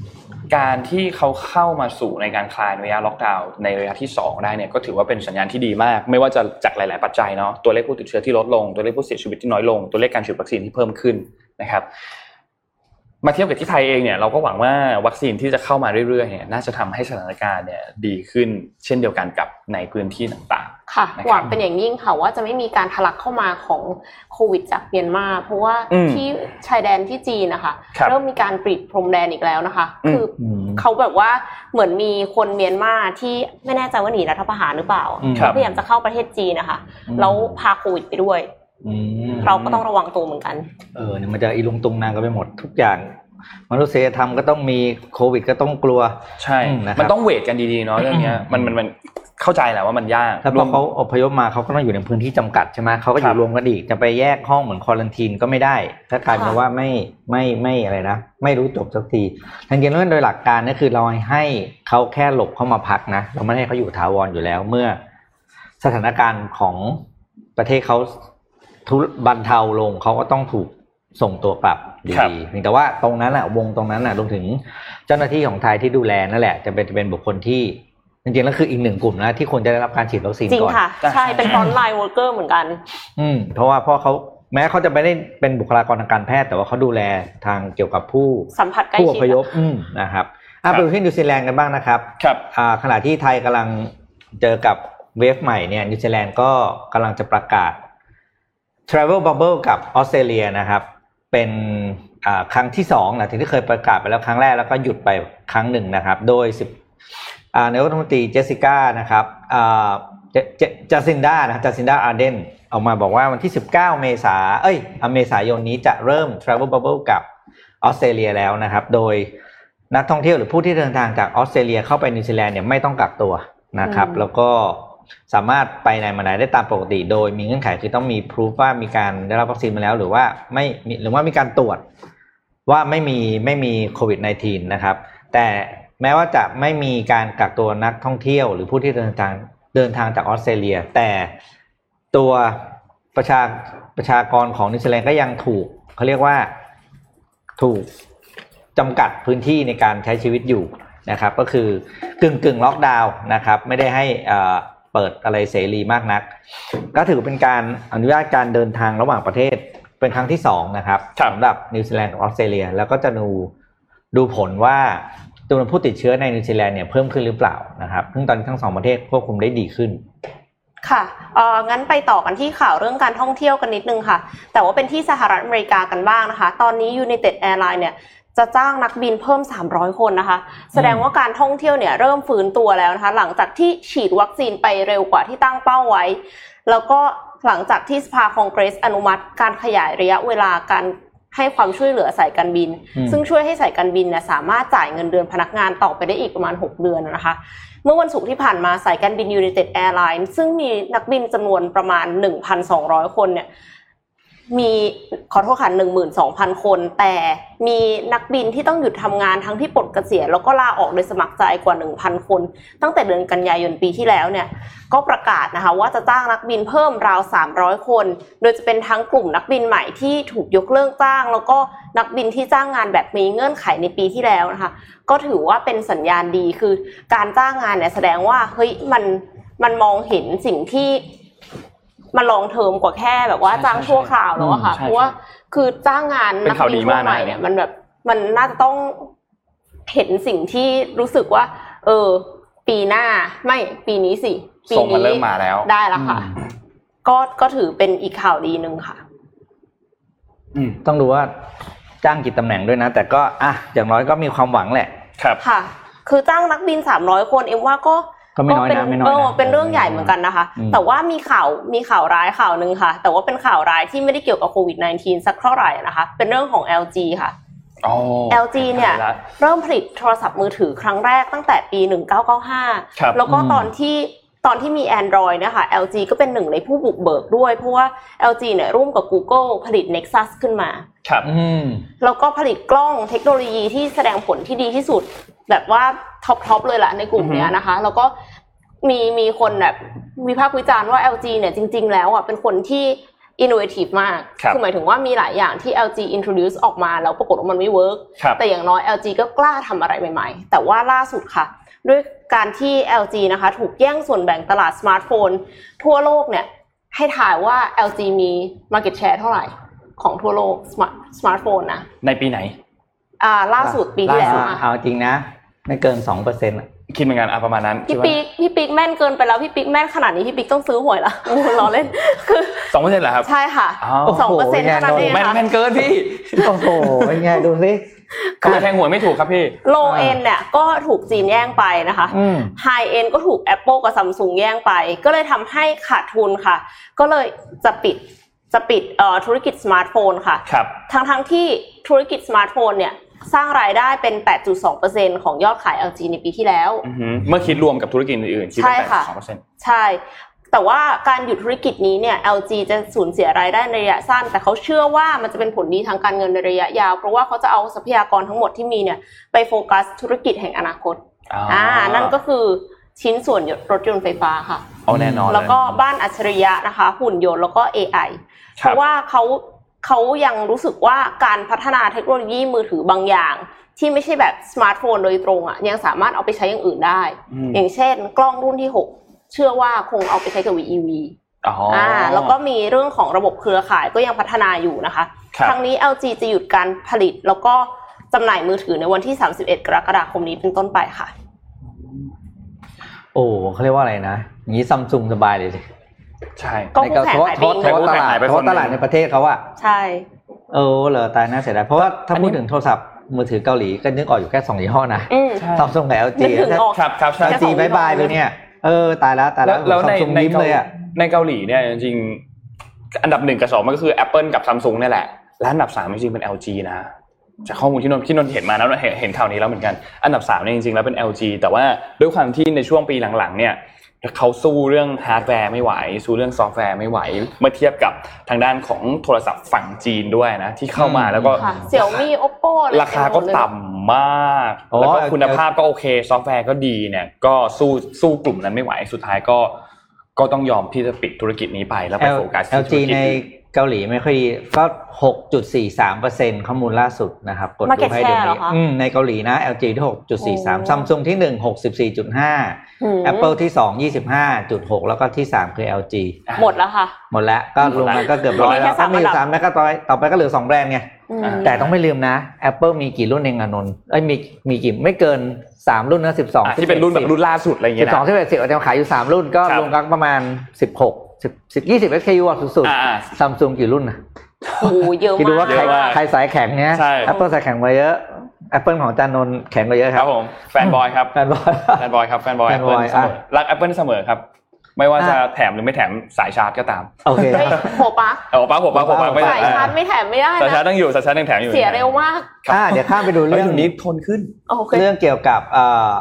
การที่เขาเข้ามาสู่ในการคลายระยะล็อกดาวน์ในระยะที่สองได้เนี่ยก็ถือว่าเป็นสัญญาณที่ดีมากไม่ว่าจะจากหลายๆปัจจัยเนาะตัวเลขผู้ติดเชื้อที่ลดลงตัวเลขผู้เสียชีวิตที่น้อยลงตัวเลขการฉีดวัคซีนที่เพิ่มขึ้นนะครับมาเทียบกับที่ไทยเองเนี่ยเราก็หวังว่าวัคซีนที่จะเข้ามาเรื่อยๆเนี่ยน่าจะทำให้สถานการณ์เนี่ยดีขึ้นเช่นเดียวกันกับในพื้นที่ต่างๆค่ะหวังเป็นอย่างยิ่งค่ะว่าจะไม่มีการทะลักเข้ามาของโควิดจากเมียนมาเพราะว่าที่ชายแดนที่จีนนะคะเริ่มมีการปิดพรมแดนอีกแล้วนะคะคือเขาแบบว่าเหมือนมีคนเมียนมาที่ไม่แน่ใจว่าหนีรัฐประหารหรือเปล่าเขาพยายามจะเข้าประเทศจีนนะคะแล้วพาโควิดไปด้วยเราก็ต้องระวังตัวเหมือนกันเออเนี่ยมันจะอีลุงตุงนางกันไปหมดทุกอย่างมนุษยธรรมก็ต้องมีโควิดก็ต้องกลัวใช่มันต้องเวทกันดีๆเนาะเรื่องนี้มันมันมันเข้าใจแหละว่ามันยากแล้วพอเขาอพยพมาเขาก็ต้องอยู่ในพื้นที่จำกัดใช่ไหมเขาก็อยู่รวมกันอีกจะไปแยกห้องเหมือนควอรันทีนก็ไม่ได้ถ้ากลายเป็นว่าไม่ไม่ไม่อะไรนะไม่รู้จบสักทีทั้งจริงแล้วโดยหลักการนี่คือเราให้เขาแค่หลบเข้ามาพักนะเราไม่ให้เขาอยู่ถาวรอยู่แล้วเมื่อสถานการณ์ของประเทศเขาทุบรรเทาลงเขาก็ต้องถูกส่งตัวกลับอยู่ดีเพียงแต่ว่าตรงนั้นน่ะวงตรงนั้นน่ะรวมถึงเจ้าหน้าที่ของไทยที่ดูแลนั่นแหละจะเป็นเป็นบุคคลที่จริงๆแล้วคืออีกหนึ่งกลุ่มนะที่ควรจะได้รับการฉีดวัคซีนก่อนจริงค่ะใช่เป็นฟรอนต์ไลน์เวิร์คเกอร์เหมือนกันอืมเพราะว่าเพราะเขาแม้เขาจะไม่ได้เป็นบุคลากรทางการแพทย์แต่ว่าเขาดูแลทางเกี่ยวกับผู้สัมผัสใกล้ชิดผู้อพยพอืมนะครับอ่ะไปดูที่นิวซีแลนด์กันบ้างนะครับครับอ่าขณะที่ไทยกำลังเจอกับเวฟใหม่เนี่ยนิวซีแลนด์ก็กำลังจะประกาศ Travel Bubble กับออสเตรเลียนะครับเป็นอ่าครั้งที่สองนะที่เคยประกาศไปแล้วครั้งแรกแล้วก็หยุดไปครั้งหนึ่งนะครับโดยสิบอ่านายกรัฐมนตรีเจสสิก้านะครับอ่าเจเจจาซินดานะจาซินดาอาร์เดนออกมาบอกว่าวันที่สิบเก้าเมษาเอ้ยเมษายนนี้จะเริ่ม Travel Bubble กับออสเตรเลียแล้วนะครับโดยนักท่องเที่ยวหรือผู้ที่เดินทางจากออสเตรเลียเข้าไปนิวซีแลนด์เนี่ยไม่ต้องกักตัวนะครับแล้วก็สามารถไปไหนมาไหนได้ตามปกติโดยมีเงื่อนไขคือต้องมีพิสูจว่ามีการได้รับวัคซีนมาแล้วหรือว่าไม่หรือว่ามีการตรวจว่าไม่มีไม่มีโควิด สิบเก้า นะครับแต่แม้ว่าจะไม่มีการกักตัวนักท่องเที่ยวหรือผู้ที่เดินทางเดินทางจากออสเตรเลียแต่ตัวประชาประชากรของนิวซีแลนด์ก็ยังถูกเขาเรียกว่าถูกจำกัดพื้นที่ในการใช้ชีวิตอยู่นะครับก็คือกึ่งกึ่งล็อกดาวน์นะครับไม่ได้ให้อ่าเปิดอะไรเสรีมากนักก็ถือเป็นการอนุญาตการเดินทางระหว่างประเทศเป็นครั้งที่สองนะครับสำหรับนิวซีแลนด์กับออสเตรเลียแล้วก็จะดูดูผลว่าจำนวนผู้ติดเชื้อในนิวซีแลนด์เนี่ยเพิ่มขึ้นหรือเปล่านะครับซึ่งตอนนี้ทั้งสองประเทศควบคุมได้ดีขึ้นค่ะเอ่องั้นไปต่อกันที่ข่าวเรื่องการท่องเที่ยวกันนิดนึงค่ะแต่ว่าเป็นที่สหรัฐอเมริกากันบ้างนะคะตอนนี้ United Airlines เนี่ยจะจ้างนักบินเพิ่มสามร้อยคนนะคะแสดงว่าการท่องเที่ยวเนี่ยเริ่มฟื้นตัวแล้วนะคะหลังจากที่ฉีดวัคซีนไปเร็วกว่าที่ตั้งเป้าไว้แล้วก็หลังจากที่สภาคองเกรสอนุมัติการขยายระยะเวลาการให้ความช่วยเหลือสายการบินซึ่งช่วยให้สายการบินเนี่ยสามารถจ่ายเงินเดือนพนักงานต่อไปได้อีกประมาณหกเดือนนะคะเมื่อวันศุกร์ที่ผ่านมาสายการบิน United Airlines ซึ่งมีนักบินจำนวนประมาณ หนึ่งพันสองร้อย คนเนี่ยมีขอโทษค่ะ หนึ่งหมื่นสองพัน คนแต่มีนักบินที่ต้องหยุดทำงานทั้งที่ปลดเกษียณแล้วก็ลาออกโดยสมัครใจกว่า หนึ่งพัน คนตั้งแต่เดือนกันยายนปีที่แล้วเนี่ยก็ประกาศนะคะว่าจะจ้างนักบินเพิ่มราวสามร้อยคนโดยจะเป็นทั้งกลุ่มนักบินใหม่ที่ถูกยกเลิกจ้างแล้วก็นักบินที่จ้างงานแบบมีเงื่อนไขในปีที่แล้วนะคะก็ถือว่าเป็นสัญญาณดีคือการจ้างงานเนี่ยแสดงว่าเฮ้ยมันมันมองเห็นสิ่งที่มันลองเทอมกว่าแค่แบบว่าจ้างชั่วคราวแล้วอะค่ะเพราะว่าคือจ้างงานนักบินทั่วไปเนี่ยมันแบบมันน่าจะต้องเห็นสิ่งที่รู้สึกว่าเออปีหน้าไม่ปีนี้สิปีนี้เริ่มมาแล้วได้แล้วค่ะก็ก็ถือเป็นอีกข่าวดีนึงค่ะอืมต้องดูว่าจ้างกี่ตำแหน่งด้วยนะแต่ก็อ่ะอย่างน้อยก็มีความหวังแหละครับค่ะคือจ้างนักบินสามร้อยคนเอ็มว่าก็ก็ไม่น้อยนะไม่น้อยนะเป็นเรื่องใหญ่เหมือนกันนะคะแต่ว่ามีข่าวมีข่าวร้ายข่าวนึงค่ะแต่ว่าเป็นข่าวร้ายที่ไม่ได้เกี่ยวกับโควิด สิบเก้า สักเท่าไหร่นะคะเป็นเรื่องของ แอล จี ค่ะ แอล จี เนี่ยเริ่มผลิตโทรศัพท์มือถือครั้งแรกตั้งแต่ปีหนึ่งพันเก้าร้อยเก้าสิบห้าแล้วก็ตอนที่ตอนที่มี Android เนี่ยค่ะ แอล จี ก็เป็นหนึ่งในผู้บุกเบิกด้วยเพราะว่า แอล จี เนี่ยร่วมกับ Google ผลิต Nexus ขึ้นมาครับอืมแล้วก็ผลิตกล้องเทคโนโลยีที่แสดงผลที่ดีที่สุดแบบว่าท็อปๆเลยล่ะในกลุ่มเนี้ยนะคะแล้วก็มีมีคนแบบวิพากษ์วิจารณ์ว่า แอล จี เนี่ยจริงๆแล้วอ่ะเป็นคนที่ innovative มากค, คือหมายถึงว่ามีหลายอย่างที่ แอล จี introduce ออกมาแล้วปรากฏว่ามันไม่เวิร์กแต่อย่างน้อย แอล จี ก็กล้าทำอะไรใหม่ๆแต่ว่าล่าสุดค่ะด้วยการที่ แอล จี นะคะถูกแย่งส่วนแบ่งตลาดสมาร์ทโฟนทั่วโลกเนี่ยให้ถ่ายว่า แอล จี มี market share เท่าไหร่ของทั่วโลกสมาร์ทสมาร์ทโฟนนะในปีไหนอ่าล่าสุดปีที่แล้วเอาจริงนะไม่เกิน สองเปอร์เซ็นต์ อ่ะคิดเหมือนกันอ่ะประมาณนั้นพี่ปิ๊กพี่ปิ๊กแม่นเกินไปแล้วพี่ปิ๊กแม่นขนาดนี้พี่ปิ๊กต้องซื้อหวยละโอ้โหล้อเล่นคือสองเปอร์เซ็นต์ เหรอครับใช่ค่ะ สองเปอร์เซ็นต์ เท่านั้นเองค่ะแม่นแม่นเกินพี่โอ้โหเป็นไงดูสิคือแทงหวยไม่ถูกครับพี่โลเอ็นเนี่ยก็ถูกจีนแย่งไปนะคะไฮเอ็นก็ถูก Apple กับ Samsung แย่งไปก็เลยทำให้ขาดทุนค่ะก็เลยจะปิดจะปิดเอ่อธุรกิจสมาร์ทโฟนค่ะครับทั้งๆที่ธุรกิจสมาร์ทโฟนเนี่ยสร้างรายได้เป็น แปดจุดสองเปอร์เซ็นต์ ของยอดขาย แอล จี ในปีที่แล้วเมื่อคิดรวมกับธุรกิจอื่นๆคิดเป็น แปดจุดสองเปอร์เซ็นต์ใช่แต่ว่าการหยุดธุรกิจนี้เนี่ย แอล จี จะสูญเสียรายได้ในระยะสั้นแต่เขาเชื่อว่ามันจะเป็นผลดีทางการเงินในระยะยาวเพราะว่าเขาจะเอาทรัพยากรทั้งหมดที่มีเนี่ยไปโฟกัสธุรกิจแห่งอนาคตอ่านั่นก็คือชิ้นส่วนรถยนต์ไฟฟ้าค่ะเอาแน่นอนแล้วก็บ้านอัจฉริยะนะคะหุ่นยนต์แล้วก็ เอ ไอ เพราะว่าเขาเขายังรู้สึกว่าการพัฒนาเทคโนโลยีมือถือบางอย่างที่ไม่ใช่แบบสมาร์ทโฟนโดยตรงอ่ะยังสามารถเอาไปใช้อย่างอื่นได้อย่างเช่นกล้องรุ่นที่หกเชื่อว่าคงเอาไปใช้กับ วี อี วีอ๋ออ่าแล้วก็มีเรื่องของระบบเครือข่ายก็ยังพัฒนาอยู่นะคะทั้งนี้ แอล จี จะหยุดการผลิตแล้วก็จำหน่ายมือถือในวันที่สามสิบเอ็ดกรกฎาคมนี้เป็นต้นไปค่ะโอ้เขาเรียกว่าอะไรนะอย่างนี้ Samsung สบายเลยสิใช่ก็คู่แข่งหายไปเพราะตลาดเพราะตลาดในประเทศเขาอะใช่เออเหรอตายน่าเสียดายเพราะว่าถ้าพูดถึงโทรศัพท์มือถือเกาหลีก็นึกออกอยู่แค่สองยี่ห้อนะ Samsung กับ แอล จีครับครับใช่แอล จี บายบายเลยเนี่ยเออตายแล้วตายแล้วแล้วในในเลยอ่ะในเกาหลีเนี่ยจริงๆอันดับหนึ่งกับสองมันก็คือ Apple กับ Samsung นี่แหละและอันดับสามจริงๆเป็น แอล จี นะจากข้อมูลที่นนท์ที่นนท์เห็นมาแล้วเห็นเห็นข่าวนี้แล้วเหมือนกันอันดับสามเนี่ยจริงๆแล้วเป็น แอล จี แต่ว่าด้วยความที่ในช่วงปีหลังๆเนี่ยเขาสู้เรื่องฮาร์ดแวร์ไม่ไหวสู้เรื่องซอฟต์แวร์ไม่ไหวเมื่อเทียบกับทางด้านของโทรศัพท์ฝั่งจีนด้วยนะที่เข้ามาแล้วก็ Xiaomi Oppo ราคาก็ต่ำมากแล้วก็คุณภาพก็โอเคซอฟต์แวร์ก็ดีเนี่ยก็สู้สู้กลุ่มนั้นไม่ไหวสุดท้ายก็ก็ต้องยอมที่จะปิดธุรกิจนี้ไปแล้วไปโฟกัสที่ธุรกิจแอล จี ในเกาหลีไม่ค่อยดีก็ หกจุดสี่สามเปอร์เซ็นต์ ข้อมูลล่าสุดนะครับกดดูให้ดูนี้อืมในเกาหลีนะ แอล จี ที่ หกจุดสี่สาม Samsung ที่หนึ่ง หกสิบสี่จุดห้า Apple ที่สอง ยี่สิบห้าจุดหก แล้วก็ที่สามคือ แอล จีหมดแล้วค่ะหมดแล้วก็รวมกันก็เกือบร้อยแล้วถ้ามีอยู่สามแล้วก็ต่อไปก็เหลือสองแบรนด์ไงแต่ต้องไม่ลืมนะ Apple มีกี่รุ่นเองอ่ะนนท์เอ้ยมีมีกี่ไม่เกินสามรุ่นนะสิบสองที่เป็นรุ่นแบบรุ่นล่าสุดอะไรอย่างเงี้ยนะสิบสอง สิบเอ็ด สิบอาจจะขายอยู่สามรุ่นก็รวมกันประมาณสิบหก สิบ ยี่สิบ เอส เค ยู อ่ะสุดๆ Samsung กี่รุ่นน่ะโอ้เยอะมากคิดดูว่าใครใครสายแข็งเนี้ย Apple สายแข็งมาเยอะ Apple ของจานนท์แข็งกว่าเยอะครับครับผมแฟนบอยครับแฟนบอยแฟนบอยครับแฟนบอย Apple เสมอรัก Apple เสมอครับไม่ว่าจะแถมหรือไม่แถมสายชาร์จก็ตามโอเคโหปะโหปะโหปะโหปะไม่สายชาร์จไม่แถมไม่ได้นะสายชาร์จต้องอยู่สายชาร์จยังแถมอยู่เสียเร็วมากอ่าเดี๋ยวข้ามไปดูเรื่องนี้ทนขึ้นเรื่องเกี่ยวกับเอ่อ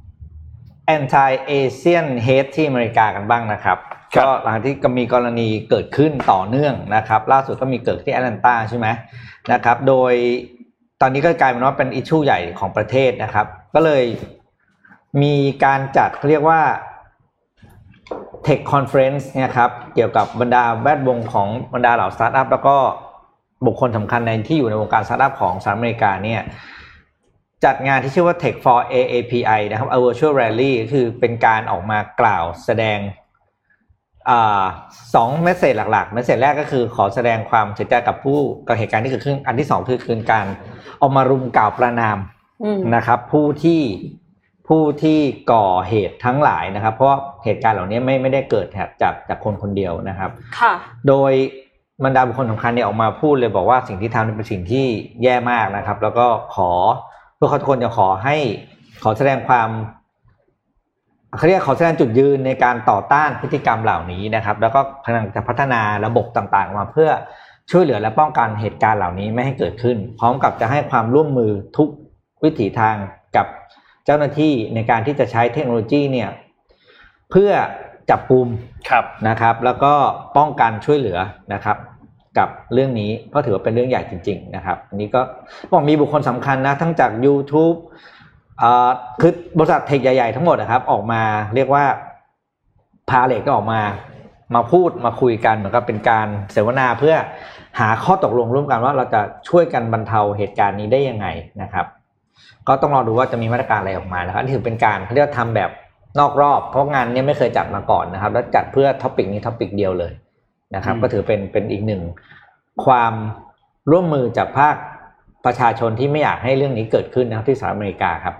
Anti-Asian Hate ที่อเมริกากันบ้างนะครับก็หลังที่ก็มีกรณีเกิดขึ้นต่อเนื่องนะครับล่าสุดก็มีเกิดที่แอตแลนตาใช่ไหมนะครับโดยตอนนี้ก็กลายเป็นว่าเป็นอิชชูใหญ่ของประเทศนะครับก็เลยมีการจัดเรียกว่า Tech Conference นะครับเกี่ยวกับบรรดาแวดวงของบรรดาเหล่าสตาร์ทอัพแล้วก็บุคคลสำคัญในที่อยู่ในวงการสตาร์ทอัพของสหรัฐอเมริกาเนี่ยจัดงานที่ชื่อว่า Tech for เอ เอ พี ไอ นะครับ A Virtual Rally ก็คือเป็นการออกมากล่าวแสดงอ่าสองเมสเสจหลักๆเมสเสจแรกก็คือขอแสดงความเสียใจกับผู้กับเหตุการณ์ที่เกิดขึ้นอันที่สองคือคือการออกมารุมกล่าวประณามนะครับผู้ที่ผู้ที่ก่อเหตุทั้งหลายนะครับเพราะเหตุการณ์เหล่านี้ไม่ไม่ได้เกิดจากจากคนคนเดียวนะครับค่ะโดยบรรดาบุคคลสำคัญเนี่ยออกมาพูดเลยบอกว่าสิ่งที่ทำเป็นสิ่งที่แย่มากนะครับแล้วก็ขอเพื่อเขาทุกคนจะขอให้ขอแสดงความเขาเรียกขอแสดงจุดยืนในการต่อต้านพฤติกรรมเหล่านี้นะครับแล้วก็กำลังจะพัฒนาระบบต่างๆมาเพื่อช่วยเหลือและป้องกันเหตุการณ์เหล่านี้ไม่ให้เกิดขึ้นพร้อมกับจะให้ความร่วมมือทุกวิถีทางกับเจ้าหน้าที่ในการที่จะใช้เทคโนโลยีเนี่ยเพื่อจับกุมนะครับแล้วก็ป้องกันช่วยเหลือนะครับกับเรื่องนี้เพราะถือว่าเป็นเรื่องใหญ่จริงๆนะครับอันนี้ก็บอกมีบุคคลสำคัญนะทั้งจาก YouTubeอ่าคือบริษัทเทคใหญ่ๆทั้งหมดนะครับออกมาเรียกว่าพาเลทก็ออกมามาพูดมาคุยกันเหมือนกับเป็นการเสวนาเพื่อหาข้อตกลงร่วมกันว่าเราจะช่วยกันบรรเทาเหตุการณ์นี้ได้ยังไงนะครับก็ต้องรอดูว่าจะมีมาตรการอะไรออกมานะครับถือเป็นการเขาเรียกว่าทำแบบนอกรอบเพราะงานนี้ไม่เคยจัดมาก่อนนะครับแล้วจัดเพื่อท็อปิกนี้ท็อปิกเดียวเลยนะครับก็ถือเป็นเป็นอีกหนึ่งความร่วมมือจากภาคประชาชนที่ไม่อยากให้เรื่องนี้เกิดขึ้นนะครับที่สหรัฐอเมริกาครับ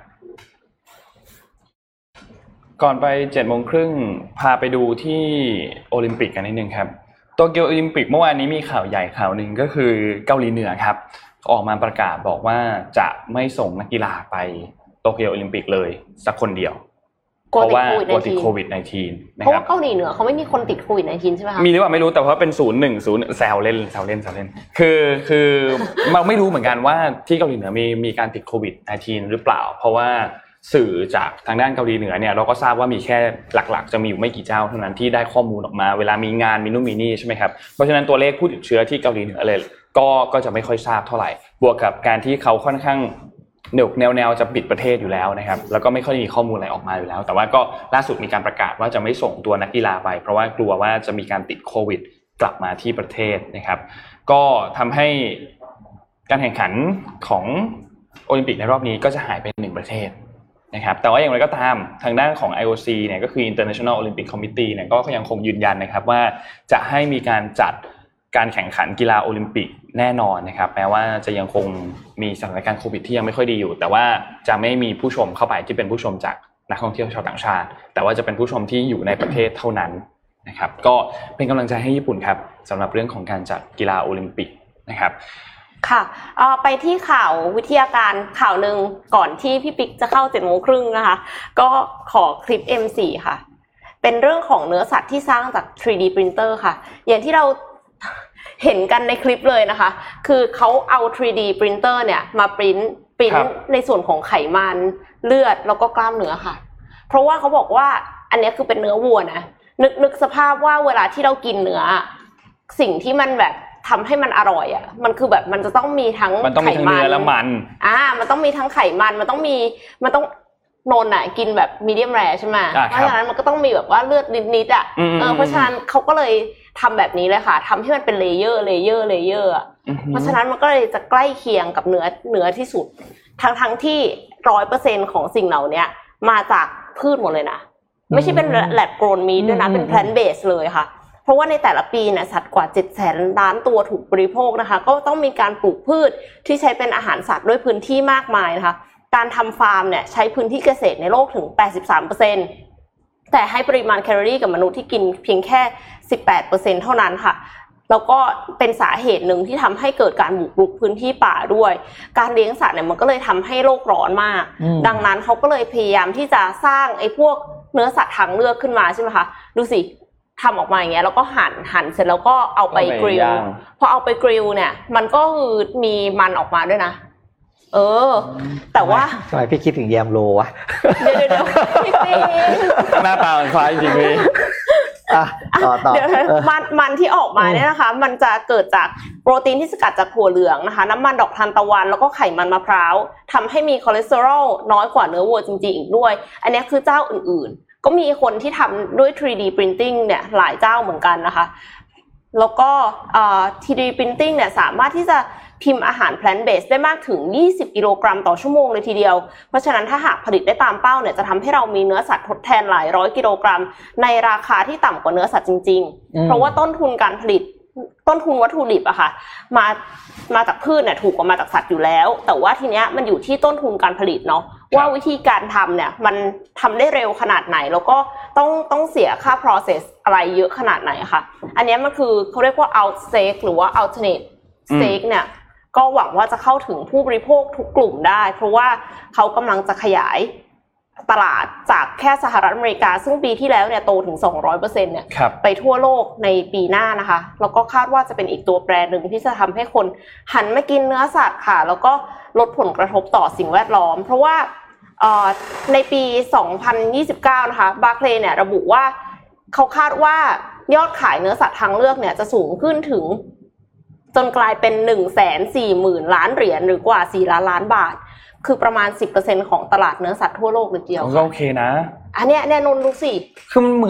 ก่อนไปเจ็ดโมงครึ่งพาไปดูที่โอลิมปิกกันนิดนึงครับโตเกียวโอลิมปิกเมื่อวานนี้มีข่าวใหญ่ข่าวหนึ่งก็คือเกาหลีเหนือครับออกมาประกาศบอกว่าจะไม่ส่งนักกีฬาไปโตเกียวโอลิมปิกเลยสักคนเดียวเพราะว่ากลัวติดโควิด สิบเก้า นะครับเพราะว่าเกาหลีเหนือเขาไม่มีคนติดโควิด สิบเก้า ใช่มั้ยคะมีหรือเปล่าไม่รู้แต่ว่าเป็นศูนย์ หนึ่ง ศูนย์แซวเล่นแซวเล่นแซวเล่นคือคือเราไม่รู้เหมือนกันว่าที่เกาหลีเหนือมีมีการติดโควิด สิบเก้า หรือเปล่าเพราะว่าสื่อจากทางด้านเกาหลีเหนือเนี่ยเราก็ทราบว่ามีแค่หลักๆจะมีอยู่ไม่กี่เจ้าเท่านั้นที่ได้ข้อมูลออกมาเวลามีงานมีนู่นมีนี่ใช่ไหมครับเพราะฉะนั้นตัวเลขผู้ติดเชื้อที่เกาหลีเหนือเลยก็ก็จะไม่ค่อยทราบเท่าไหร่บวกกับการที่เขาค่อนข้างแนวแนวแนวจะปิดประเทศอยู่แล้วนะครับแล้วก็ไม่ค่อยมีข้อมูลอะไรออกมาอยู่แล้วแต่ว่าก็ล่าสุดมีการประกาศว่าจะไม่ส่งตัวนักกีฬาไปเพราะว่ากลัวว่าจะมีการติดโควิดกลับมาที่ประเทศนะครับก็ทำให้การแข่งขันของโอลิมปิกในรอบนี้ก็จะหายไปหนึ่งประเทศนะครับแต่ว่าอย่างไรก็ตามทางด้านของ ไอ โอ ซี เนี่ยก็คือ International Olympic Committee เนี่ยก็ยังคงยืนยันนะครับว่าจะให้มีการจัดการแข่งขันกีฬาโอลิมปิกแน่นอนนะครับแม้ว่าจะยังคงมีสถานการณ์โควิดที่ยังไม่ค่อยดีอยู่แต่ว่าจะไม่มีผู้ชมเข้าไปที่เป็นผู้ชมจากนักท่องเที่ยวชาวต่างชาติแต่ว่าจะเป็นผู้ชมที่อยู่ในประเทศเท่านั้นนะครับก็เป็นกำลังใจให้ญี่ปุ่นครับสำหรับเรื่องของการจัดกีฬาโอลิมปิกนะครับค่ะเอ่อไปที่ข่าววิทยาการข่าวนึงก่อนที่พี่ปิ๊กจะเข้า เจ็ดโมงครึ่งนะคะก็ขอคลิป เอ็ม โฟร์ ค่ะเป็นเรื่องของเนื้อสัตว์ที่สร้างจาก ทรี ดี printer ค่ะอย่างที่เราเห็นกันในคลิปเลยนะคะคือเขาเอา ทรี ดี printer เนี่ยมาปริ้นปริ้นในส่วนของไขมันเลือดแล้วก็กล้ามเนื้อค่ะเพราะว่าเขาบอกว่าอันนี้คือเป็นเนื้อวัวนะนึกนึกสภาพว่าเวลาที่เรากินเนื้อสิ่งที่มันแบบทำให้มันอร่อยอ่ะมันคือแบบมันจะต้องมีทั้งไขมันและมันอ่ามันต้องมีทั้งไขมันมันต้องมีมันต้องนนอ่ะกินแบบมีเดียมแรร์ใช่ไหมเพราะฉะนั้นมันก็ต้องมีแบบว่าเลือดนิดๆอ่ะเออเพราะฉะนั้นเขาก็เลยทำแบบนี้เลยค่ะทำให้มันเป็นเลเยอร์เลเยอร์เลเยอร์อ่ะเพราะฉะนั้นมันก็เลยจะใกล้เคียงกับเนื้อเนื้อที่สุดทั้งทั้งที่ร้อยเปอร์เซ็นต์ของสิ่งเหล่านี้มาจากพืชหมดเลยนะไม่ใช่เป็นแลบโกรนมีทด้วยนะเป็นแพลนท์เบสเลยค่ะเพราะว่าในแต่ละปีเนี่ยสัตว์กว่า เจ็ดแสน ล้านตัวถูกบริโภคนะคะก็ต้องมีการปลูกพืชที่ใช้เป็นอาหารสัตว์ด้วยพื้นที่มากมายนะคะการทำฟาร์มเนี่ยใช้พื้นที่เกษตรในโลกถึง แปดสิบสามเปอร์เซ็นต์ แต่ให้ปริมาณแคลอรี่กับมนุษย์ที่กินเพียงแค่ สิบแปดเปอร์เซ็นต์ เท่านั้นค่ะแล้วก็เป็นสาเหตุหนึ่งที่ทำให้เกิดการบุกรุกพื้นที่ป่าด้วยการเลี้ยงสัตว์เนี่ยมันก็เลยทำให้โลกร้อนมากดังนั้นเขาก็เลยพยายามที่จะสร้างไอ้พวกเนื้อสัตว์ทางเลือกขึ้นมาใช่ไหมคะดูสิทำออกมาอย่างเงี้ยแล้วก็หั่นหั่นเสร็จแล้วก็เอาไปกริลพอเอาไปกริลเนี่ยมันก็คือมีมันออกมาด้วยนะเออแต่ว่าทำไมพี่คิดถึงแยมโลวะเดี๋ยวเดี๋ยวพี่ปิ๊กหน้าตาคล้ายจริงเลยอ่ะต่อต่อมันมันที่ออกมาเนี่ยนะคะมันจะเกิดจากโปรตีนที่สกัดจากถั่วเหลืองนะคะน้ำมันดอกทานตะวันแล้วก็ไขมันมะพร้าวทำให้มีคอเลสเตอรอลน้อยกว่าเนื้อวัวจริงๆอีกด้วยอันนี้คือเจ้าอื่นๆก็มีคนที่ทำด้วย ทรี ดี printing เนี่ยหลายเจ้าเหมือนกันนะคะแล้วก็เอ่อ ทรี ดี printing เนี่ยสามารถที่จะพิมพ์อาหาร plant based ได้มากถึงยี่สิบกิโลกรัมต่อชั่วโมงเลยทีเดียวเพราะฉะนั้นถ้าหากผลิตได้ตามเป้าเนี่ยจะทำให้เรามีเนื้อสัตว์ทดแทนหลายร้อยกิโลกรัมในราคาที่ต่ำกว่าเนื้อสัตว์จริงๆเพราะว่าต้นทุนการผลิตต้นทุนวัตถุดิบอะค่ะมามาจากพืชเนี่ยถูกกว่ามาจากสัตว์อยู่แล้วแต่ว่าทีเนี้ยมันอยู่ที่ต้นทุนการผลิตเนาะว่าวิธีการทำเนี่ยมันทำได้เร็วขนาดไหนแล้วก็ต้องต้องเสียค่า process อะไรเยอะขนาดไหนค่ะอันนี้มันคือเขาเรียกว่า out stake หรือว่า alternate stake เนี่ยก็หวังว่าจะเข้าถึงผู้บริโภคทุกกลุ่มได้เพราะว่าเขากำลังจะขยายตลาดจากแค่สหรัฐอเมริกาซึ่งปีที่แล้วเนี่ยโตถึง สองร้อยเปอร์เซ็นต์ เนี่ยไปทั่วโลกในปีหน้านะคะแล้วก็คาดว่าจะเป็นอีกตัวแปรหนึ่งที่จะทำให้คนหันมากินเนื้อสัตว์ค่ะแล้วก็ลดผลกระทบต่อสิ่งแวดล้อมเพราะว่าในปีสองพันยี่สิบเก้านะคะบาร์เคลย์เนี่ยระบุว่าเขาคาดว่ายอดขายเนื้อสัตว์ทางเลือกเนี่ยจะสูงขึ้นถึงจนกลายเป็น หนึ่งแสนสี่หมื่น ล้านเหรียญหรือกว่าสี่ล้านล้านบาทคือประมาณ สิบเปอร์เซ็นต์ ของตลาดเนื้อสัตว์ทั่วโลกเลยเดียวก็โอเคนะอันเนี้ยแน่นอนดูสิคือมันเหมือนมัน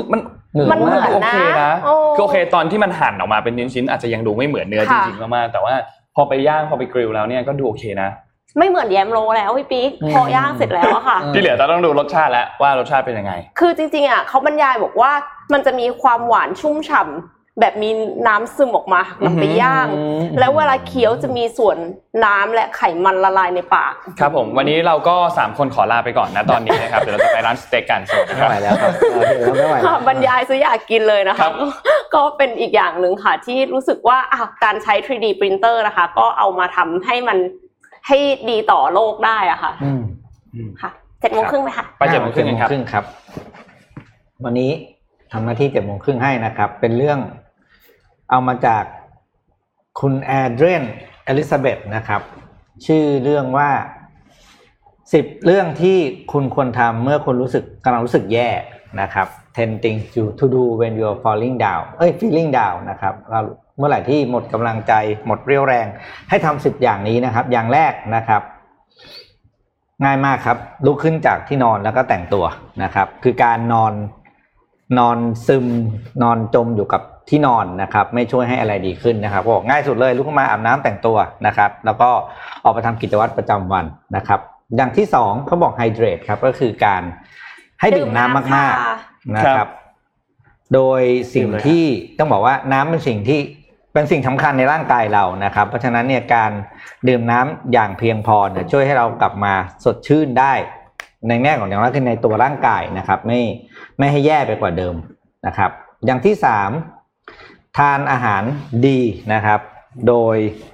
มันเหมือนโอเคนะนะคือโอเคตอนที่มันหั่นออกมาเป็นชิ้นๆอาจจะยังดูไม่เหมือนเนื้อจริงๆมากๆแต่ว่าพอไปย่างพอไปกริลแล้วเนี่ยก็ดูโอเคนะไม่เหมือนแยมโรแล้วพี่ปิ๊กพอย่างเสร็จแล้วอะค่ะที่เหลือต้องดูรสชาติแล้วว่ารสชาติเป็นยังไงคือจริงๆอ่ะเขาบรรยายบอกว่ามันจะมีความหวานชุ่มฉ่ำแบบมีน้ำซึมออกมานำไปย่างแล้วเวลาเคี้ยวจะมีส่วนน้ำและไขมันละลายในปากครับผมวันนี้เราก็สามคนขอลาไปก่อนนะตอนนี้นะครับเดี๋ยวเราจะไปร้านสเต็กกันสวัสดีครับไม่ไหวแล้วครับไม่ไหวแล้วบรรยายซะอยากกินเลยนะคะก็เป็นอีกอย่างนึงค่ะที่รู้สึกว่าการใช้ ทรี ดี printer นะคะก็เอามาทำให้มันให้ดีต่อโลกได้อ่ะค่ะค่ะเจ็ดโมงครึ่งไหมคะไปเจ็ดโมงครึ่งครับวันนี้ทำหน้าที่เจ็ดโมงครึ่งให้นะครับเป็นเรื่องเอามาจากคุณแอดเรียนอลิซาเบธนะครับชื่อเรื่องว่าสิบเรื่องที่คุณควรทำเมื่อคุณรู้สึกกำลังรู้สึกแย่นะครับ ten things to do when you are falling down เอ้ย feeling down นะครับเราเมื่อไหร่ที่หมดกำลังใจหมดเรี่ยวแรงให้ทำสิบอย่างนี้นะครับอย่างแรกนะครับง่ายมากครับลุกขึ้นจากที่นอนแล้วก็แต่งตัวนะครับคือการนอนนอนซึมนอนจมอยู่กับที่นอนนะครับไม่ช่วยให้อะไรดีขึ้นนะครับบอกง่ายสุดเลยลุกขึ้นมาอาบน้ำแต่งตัวนะครับแล้วก็ออกไปทำกิจวัตรประจำวันนะครับอย่างที่สองเขาบอกไฮเดรตครับก็คือการให้ดื่มน้ำมากๆนะครับโดยสิ่งที่ต้องบอกว่าน้ำเป็นสิ่งที่เป็นสิ่งสำคัญในร่างกายเรานะครับเพราะฉะนั้นเนี่ยการดื่มน้ำอย่างเพียงพอเนี่ยช่วยให้เรากลับมาสดชื่นได้ในแง่ของอย่างแรกคือในตัวร่างกายนะครับไม่ไม่ให้แย่ไปกว่าเดิมนะครับอย่างที่สามทานอาหารดีนะครับโดย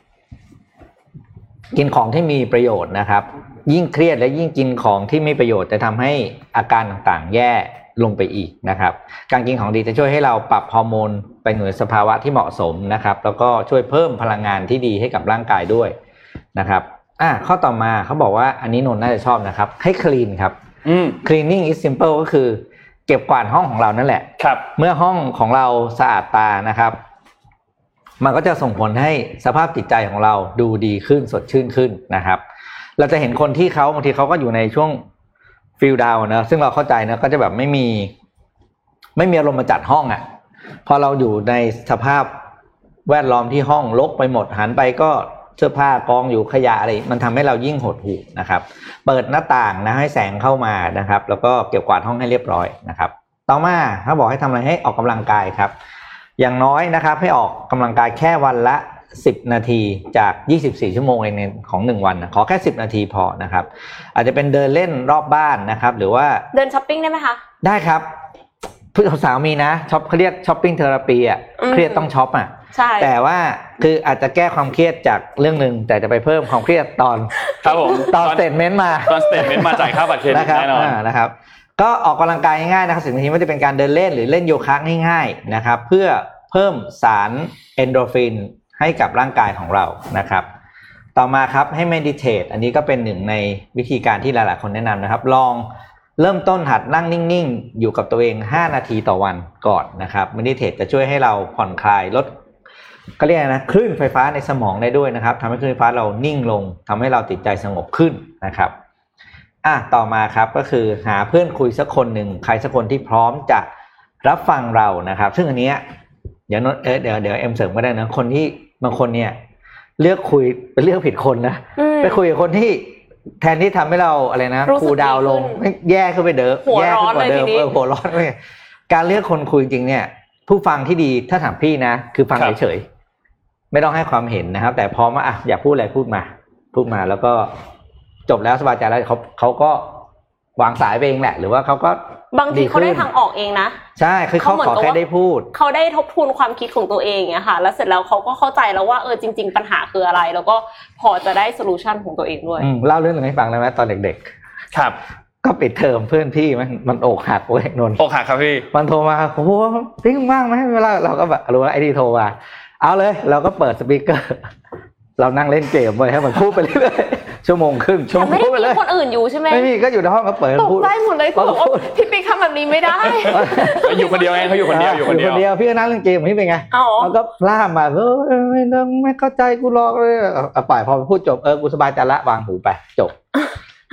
กินของที่มีประโยชน์นะครับยิ่งเครียดและยิ่งกินของที่ไม่ประโยชน์จะทำให้อาการต่างๆแย่ลงไปอีกนะครับการกินของดีจะช่วยให้เราปรับฮอร์โมนไปอยู่ในสภาวะที่เหมาะสมนะครับแล้วก็ช่วยเพิ่มพลังงานที่ดีให้กับร่างกายด้วยนะครับอ่ะข้อต่อมาเขาบอกว่าอันนี้นนท์น่าจะชอบนะครับให้คลีนครับอืม cleaning is simple ก็คือเก็บกวาดห้องของเรานั่นแหละครับเมื่อห้องของเราสะอาดตานะครับมันก็จะส่งผลให้สภาพจิตใจของเราดูดีขึ้นสดชื่นขึ้นนะครับเราจะเห็นคนที่เขาบางทีเขาก็อยู่ในช่วงฟีลดาวน์นะซึ่งเราเข้าใจนะก็จะแบบไม่มีไม่มีอารมณ์มาจัดห้องอ่ะพอเราอยู่ในสภาพแวดล้อมที่ห้องรกไปหมดหันไปก็เสื้อผ้ากองอยู่ขยะอะไรมันทำให้เรายิ่งหดหู่นะครับเปิดหน้าต่างนะให้แสงเข้ามานะครับแล้วก็เก็บกวาดห้องให้เรียบร้อยนะครับต่อมาถ้าบอกให้ทำอะไรให้ออกกำลังกายครับอย่างน้อยนะครับให้ออกกำลังกายแค่วันละสิบนาทีจากยี่สิบสี่ชั่วโมงเองของหนึ่งวันนะขอแค่สิบนาทีพอนะครับอาจจะเป็นเดินเล่นรอบบ้านนะครับหรือว่าเดินช้อปปิ้งได้ไหมคะได้ครับผู้สาวมีนะช็อปเขาเรียกช้อปปิ้งเทอราปีอ่ะเครียดต้องช็อปอ่ะแต่ว่าคืออาจจะแก้ความเครียดจากเรื่องนึงแต่จะไปเพิ่มความเครียดตอนครับผมตอนสเตทเมนต์มาตอนสเตทเมนต์มาจ่ายค่าบัตรเครดิตแน่นอนนะครับก็ออกกำลังกายง่ายๆนะครับสิ่งที่มันจะเป็นการเดินเล่นหรือเล่นโยคะง่ายๆนะครับเพื่อเพิ่มสารเอนโดรฟินให้กับร่างกายของเรานะครับต่อมาครับให้เมดิเทตอันนี้ก็เป็นหนึ่งในวิธีการที่หลายๆคนแนะนำนะครับลองเริ่มต้นหัดนั่งนิ่งๆอยู่กับตัวเองห้านาทีต่อวันก่อนนะครับเมดิเทตจะช่วยให้เราผ่อนคลายลดก็เรียกนะคลื่นไฟฟ้าในสมองได้ด้วยนะครับทำให้คลื่นไฟฟ้าเรานิ่งลงทำให้เราจิตใจสงบขึ้นนะครับอ่ะต่อมาครับก็คือหาเพื่อนคุยสักคนหนึ่งใครสักคนที่พร้อมจะรับฟังเรานะครับซึ่งอันนี้เดี๋ยวเออเดี๋ยวเดี๋ยวเอ็มเสริมก็ได้นะคนที่บางคนเนี่ยเลือกคุยไปเลือกผิดคนนะไปคุยกับคนที่แทนที่ทำให้เราอะไรนะคูลดาวน์ลงแย่ขึ้นไปเด้อแย่ขึ้นกว่าเดิมเออหัวร้อนไปการเลือกคนคุยจริงเนี่ยผู้ฟังที่ดีถ้าถามพี่นะคือฟังเฉยๆไม่ต้องให้ความเห็นนะครับแต่พร้อมว่าอ่ะอยากพูดอะไรพูดมาพูดมาแล้วก็จบแล้วสบายใจแล้วเขาเขาก็วางสายไปเองแหละหรือว่าเขาก็บางทีเขาได้ทางออกเองนะใช่คือเขาขอแค่ได้พูดเขาได้ทบทวนความคิดของตัวเองอะค่ะแล้วเสร็จแล้วเขาก็เข้าใจแล้วว่าเออจริงๆปัญหาคืออะไรแล้วก็พอจะได้โซลูชันของตัวเองด้วยเล่าเรื่องนึงให้ฟังได้ไหมตอนเด็กๆครับก็ปิดเทอมเพื่อนพี่มันมันอกหักเว้ยนนท์อกหักครับพี่มันโทรมาโอ้โหพี่ว่างไหมเวลาเราก็แบบรู้ว่าไอ้ที่โทรมาเอาเลยเราก็เปิดสปีกเกอร์เรานั่งเล่นเกมไปให้มันพูดไปเรื่อยๆชั่วโมงครึ่งชั่วโมงพูดไปเลยไม่มีคนอื่นอยู่ใช่ไหมไม่มีก็อยู่ในห้องก็เปิดพูดได้หมดเลยบอกว่าพี่ปิ๊กทำแบบนี้ไม่ได้อยู่คนเดียวไงเขาอยู่คนเดียวอยู่คนเดียวพี่ก็นั่งเล่นเกมพี่เป็นไงแล้วก็ล่ามาเออไม่ไม่เข้าใจกูหรอกเลยเอาปล่อยพอพูดจบเออกูสบายใจละวางหูไปจบ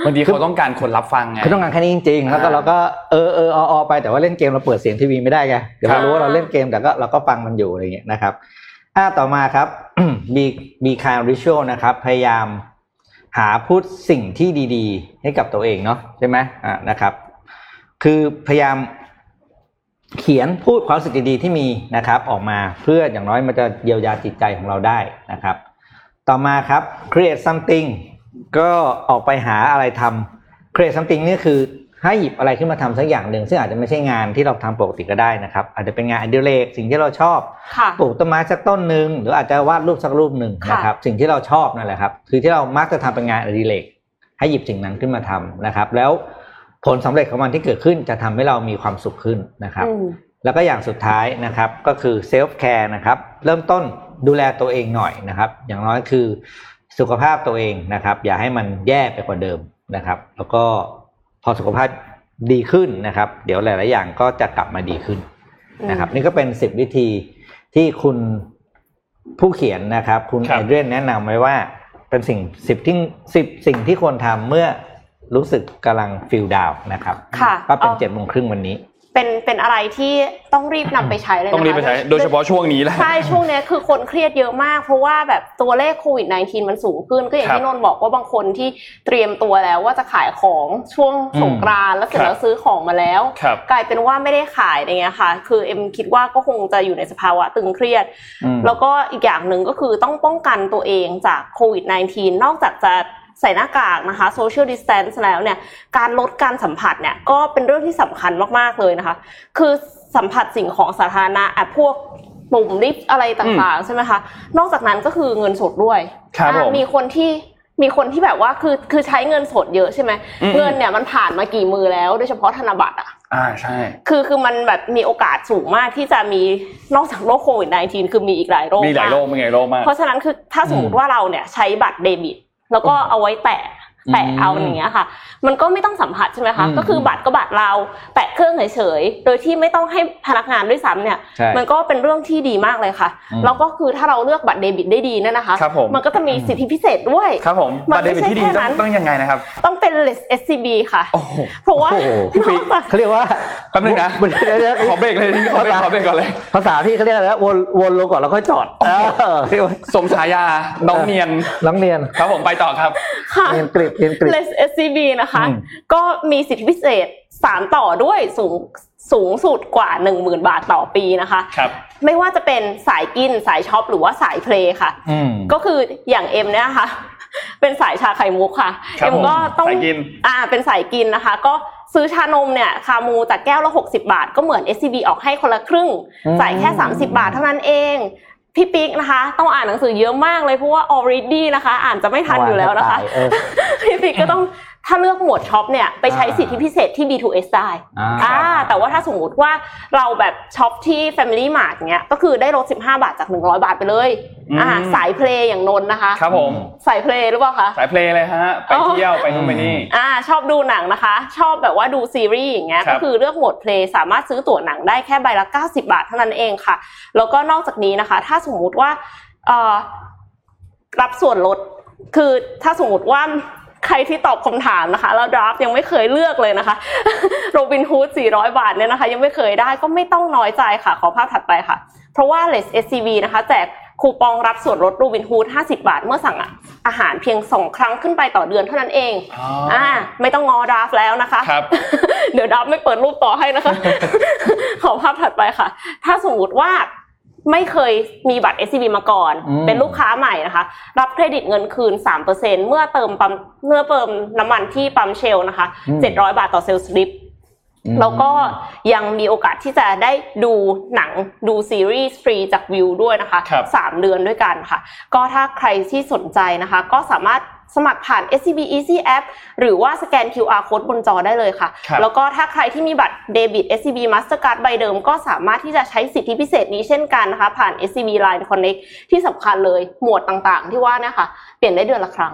บางทีเขาต้องการคนรับฟังไงเขาต้องการแค่นี้จริงๆแล้วก็เราก็เออเออออไปแต่ว่าเล่นเกมเราเปิดเสียงทีวีไม่ได้ไงเดี๋ยวเรารู้ว่าเราเล่นเกมแต่ก็เราก็ฟังมันอยู่อะไรอย่างเงี้ยนะครับอ่าต่อมาครับ มีมีคาร์ริชวลนะครับพยายามหาพูดสิ่งที่ดีๆให้กับตัวเองเนาะใช่ไหมอ่านะครับคือพยายามเขียนพูดความรู้สึกดีๆที่มีนะครับออกมาเพื่ออย่างน้อยมันจะเยียวยาจิตใจของเราได้นะครับต่อมาครับ create something ก็ออกไปหาอะไรทำ create something นี่คือให้หยิบอะไรขึ้นมาทำสักอย่างหนึ่งซึ่งอาจจะไม่ใช่งานที่เราทำปกติก็ได้นะครับอาจจะเป็นงานอดิเรกสิ่งที่เราชอบปลูกต้นไม้สักต้นนึงหรืออาจจะวาดรูปสักรูปนึงนะครับสิ่งที่เราชอบนั่นแหละครับคือที่เรามักจะทำเป็นงานอดิเรกให้หยิบสิ่งนั้นขึ้นมาทำนะครับแล้วผลสำเร็จของมันที่เกิดขึ้นจะทำให้เรามีความสุขขึ้นนะครับแล้วก็อย่างสุดท้ายนะครับก็คือ self care นะครับเริ่มต้นดูแลตัวเองหน่อยนะครับอย่างน้อยคือสุขภาพตัวเองนะครับอย่าให้มันแย่ไปกว่าเดิมนะครับแล้วก็พอสุขภาพดีขึ้นนะครับเดี๋ยวหลายๆอย่างก็จะกลับมาดีขึ้นนะครับนี่ก็เป็นสิบวิธีที่คุณผู้เขียนนะครับคุณแอดเดรียนแนะนำไว้ว่าเป็นสิ่งสิบที่สิบสิ่งที่ควรทำเมื่อรู้สึกกำลังฟีลดาวน์นะครับก็เป็นเจ็ดโมงครึ่งวันนี้เป็นเป็นอะไรที่ต้องรีบนำไปใช้เลยนะคะต้องรีบไปใช้โดยเฉพาะช่วงนี้แหละใช่ช่วงนี้คือคนเครียดเยอะมากเพราะว่าแบบตัวเลขโควิด สิบเก้า มันสูงขึ้นก็อย่างที่นนท์บอกว่าบางคนที่เตรียมตัวแล้วว่าจะขายของช่วงสงกรานต์แล้วเสร็จแล้วซื้อของมาแล้วกลายเป็นว่าไม่ได้ขายอย่างเงี้ยค่ะคือเอ็มคิดว่าก็คงจะอยู่ในสภาวะตึงเครียดแล้วก็อีกอย่างนึงก็คือต้องป้องกันตัวเองจากโควิด สิบเก้า นอกจากจะใส่หน้ากากนะคะ social distance แล้วเนี่ยการลดการสัมผัสเนี่ยก็เป็นเรื่องที่สำคัญมากๆเลยนะคะคือสัมผัสสิ่งของสาธารณะอ่ะพวกปุ่มลิฟต์อะไรต่างๆใช่ไหมคะนอกจากนั้นก็คือเงินสดด้วยมีคนที่มีคนที่แบบว่าคือคือใช้เงินสดเยอะใช่ไหมเงินเนี่ยมันผ่านมากี่มือแล้วโดยเฉพาะธนบัตรอ่ะอ่าใช่คือคือมันแบบมีโอกาสสูงมากที่จะมีนอกจากโรคโควิด สิบเก้า คือมีอีกหลายโรคมีหลายโรคมีหลายโรคมากเพราะฉะนั้นคือถ้าสมมติว่าเราเนี่ยใช้บัตรเดบิตแล้วก็เอาไว้แตะแตะเอาอย่างเงี้ยค่ะมันก็ไม่ต้องสัมผัสใช่ไหมคะก็คือบัตรก็บัตรเราแตะเครื่องเฉยๆโดยที่ไม่ต้องให้พนักงานด้วยซ้ำเนี่ยมันก็เป็นเรื่องที่ดีมากเลยค่ะแล้วก็คือถ้าเราเลือกบัตรเดบิตได้ดีเนี่ยนะคะมันก็จะมีสิทธิพิเศษด้วยครับผมบัตรเดบิตที่ดีต้องต้องยังไงนะครับต้องเป็น เลส เอส ซี บี ค่ะเพราะว่าเขาเรียกว่าแป๊บนึงนะขอเบรกเลยขอเบรกขอเบรกก่อนเลยภาษาพี่เขาเรียกอะไรนะวนวนลงก่อนแล้วค่อยจอดสมฉายาน้องเนียนน้องเนียนครับผมไปต่อครับเนียนกริบเนียนกริบเลส เอส ซี บี นะคะก็มีสิทธิพิเศษสานต่อด้วยสูงสูงสุดกว่า หนึ่งหมื่น บาทต่อปีนะคะครับไม่ว่าจะเป็นสายกินสายช็อปหรือว่าสายเพลย์ค่ะก็คืออย่างเอ็มเนี่ยค่ะเป็นสายชาไข่มุกค่ะเอ็มก็ต้องอ่าเป็นสายกินนะคะก็ซื้อชานมเนี่ยคามูจากแก้วละหกสิบบาทก็เหมือน เอส ซี บี ออกให้คนละครึ่งจ่ายแค่สามสิบบาทเท่านั้นเองพี่ปิ๊กนะคะต้องอ่านหนังสือเยอะมากเลยเพราะว่า already นะคะอ่านจะไม่ทันอยู่แล้วนะคะพี่ปิ๊กก็ต้องถ้าเลือกหมวดช็อปเนี่ยไปใช้สิทธิพิเศษที่ บี ทู เอส ได้อ่าแต่ว่าถ้าสมมุติว่าเราแบบช็อปที่ Family Mart เงี้ยก็คือได้ลดสิบห้าบาทจากหนึ่งร้อยบาทไปเลยอ่าสายเพลย์อย่างนนท์นะคะครับผมสายเพลย์หรือเปล่าคะสายเพลย์เลยฮะไปเที่ยวไปนู่นไปนี่อ่าชอบดูหนังนะคะชอบแบบว่าดูซีรีส์อย่างเงี้ยก็คือเลือกโหมดเพลย์สามารถซื้อตั๋วหนังได้แค่ใบละเก้าสิบบาทเท่านั้นเองค่ะแล้วก็นอกจากนี้นะคะถ้าสมมุติว่าเอ่อรับส่วนลดคือถ้าสมมุติว่าใครที่ตอบคำถามนะคะแล้วดราฟยังไม่เคยเลือกเลยนะคะโรบินฮูดสี่ร้อยบาทเนี่ยนะคะยังไม่เคยได้ก็ไม่ต้องน้อยใจค่ะขอภาพถัดไปค่ะเพราะว่า เลส เอส ซี บี นะคะแจกคูปองรับส่วนลดโรบินฮูดห้าสิบบาทเมื่อสั่งอาหารเพียงสองครั้งขึ้นไปต่อเดือนเท่านั้นเองอ่าไม่ต้องงอดราฟแล้วนะคะเดี๋ยวดราฟไม่เปิดรูปต่อให้นะคะขอภาพถัดไปค่ะถ้าสมมุติว่าไม่เคยมีบัตร เอส ซี บี มาก่อนเป็นลูกค้าใหม่นะคะรับเครดิตเงินคืน สามเปอร์เซ็นต์ เมื่อเติมปั๊มเมื่อเติมน้ำมันที่ปั๊มเชลนะคะเจ็ดร้อยบาทต่อเซลล์สลิปแล้วก็ยังมีโอกาสที่จะได้ดูหนังดูซีรีส์ฟรีจากวิวด้วยนะคะสามเดือนด้วยกันค่ะก็ถ้าใครที่สนใจนะคะก็สามารถสมัครผ่าน เอส ซี บี Easy App หรือว่าสแกน คิว อาร์ Code บนจอได้เลยค่ะแล้วก็ถ้าใครที่มีบัตรเดบิต เอส ซี บี Mastercard ใบเดิมก็สามารถที่จะใช้สิทธิพิเศษนี้เช่นกันนะคะผ่าน เอส ซี บี Line Connect ที่สำคัญเลยหมวดต่างๆที่ว่าเนี่ยค่ะเปลี่ยนได้เดือนละครั้ง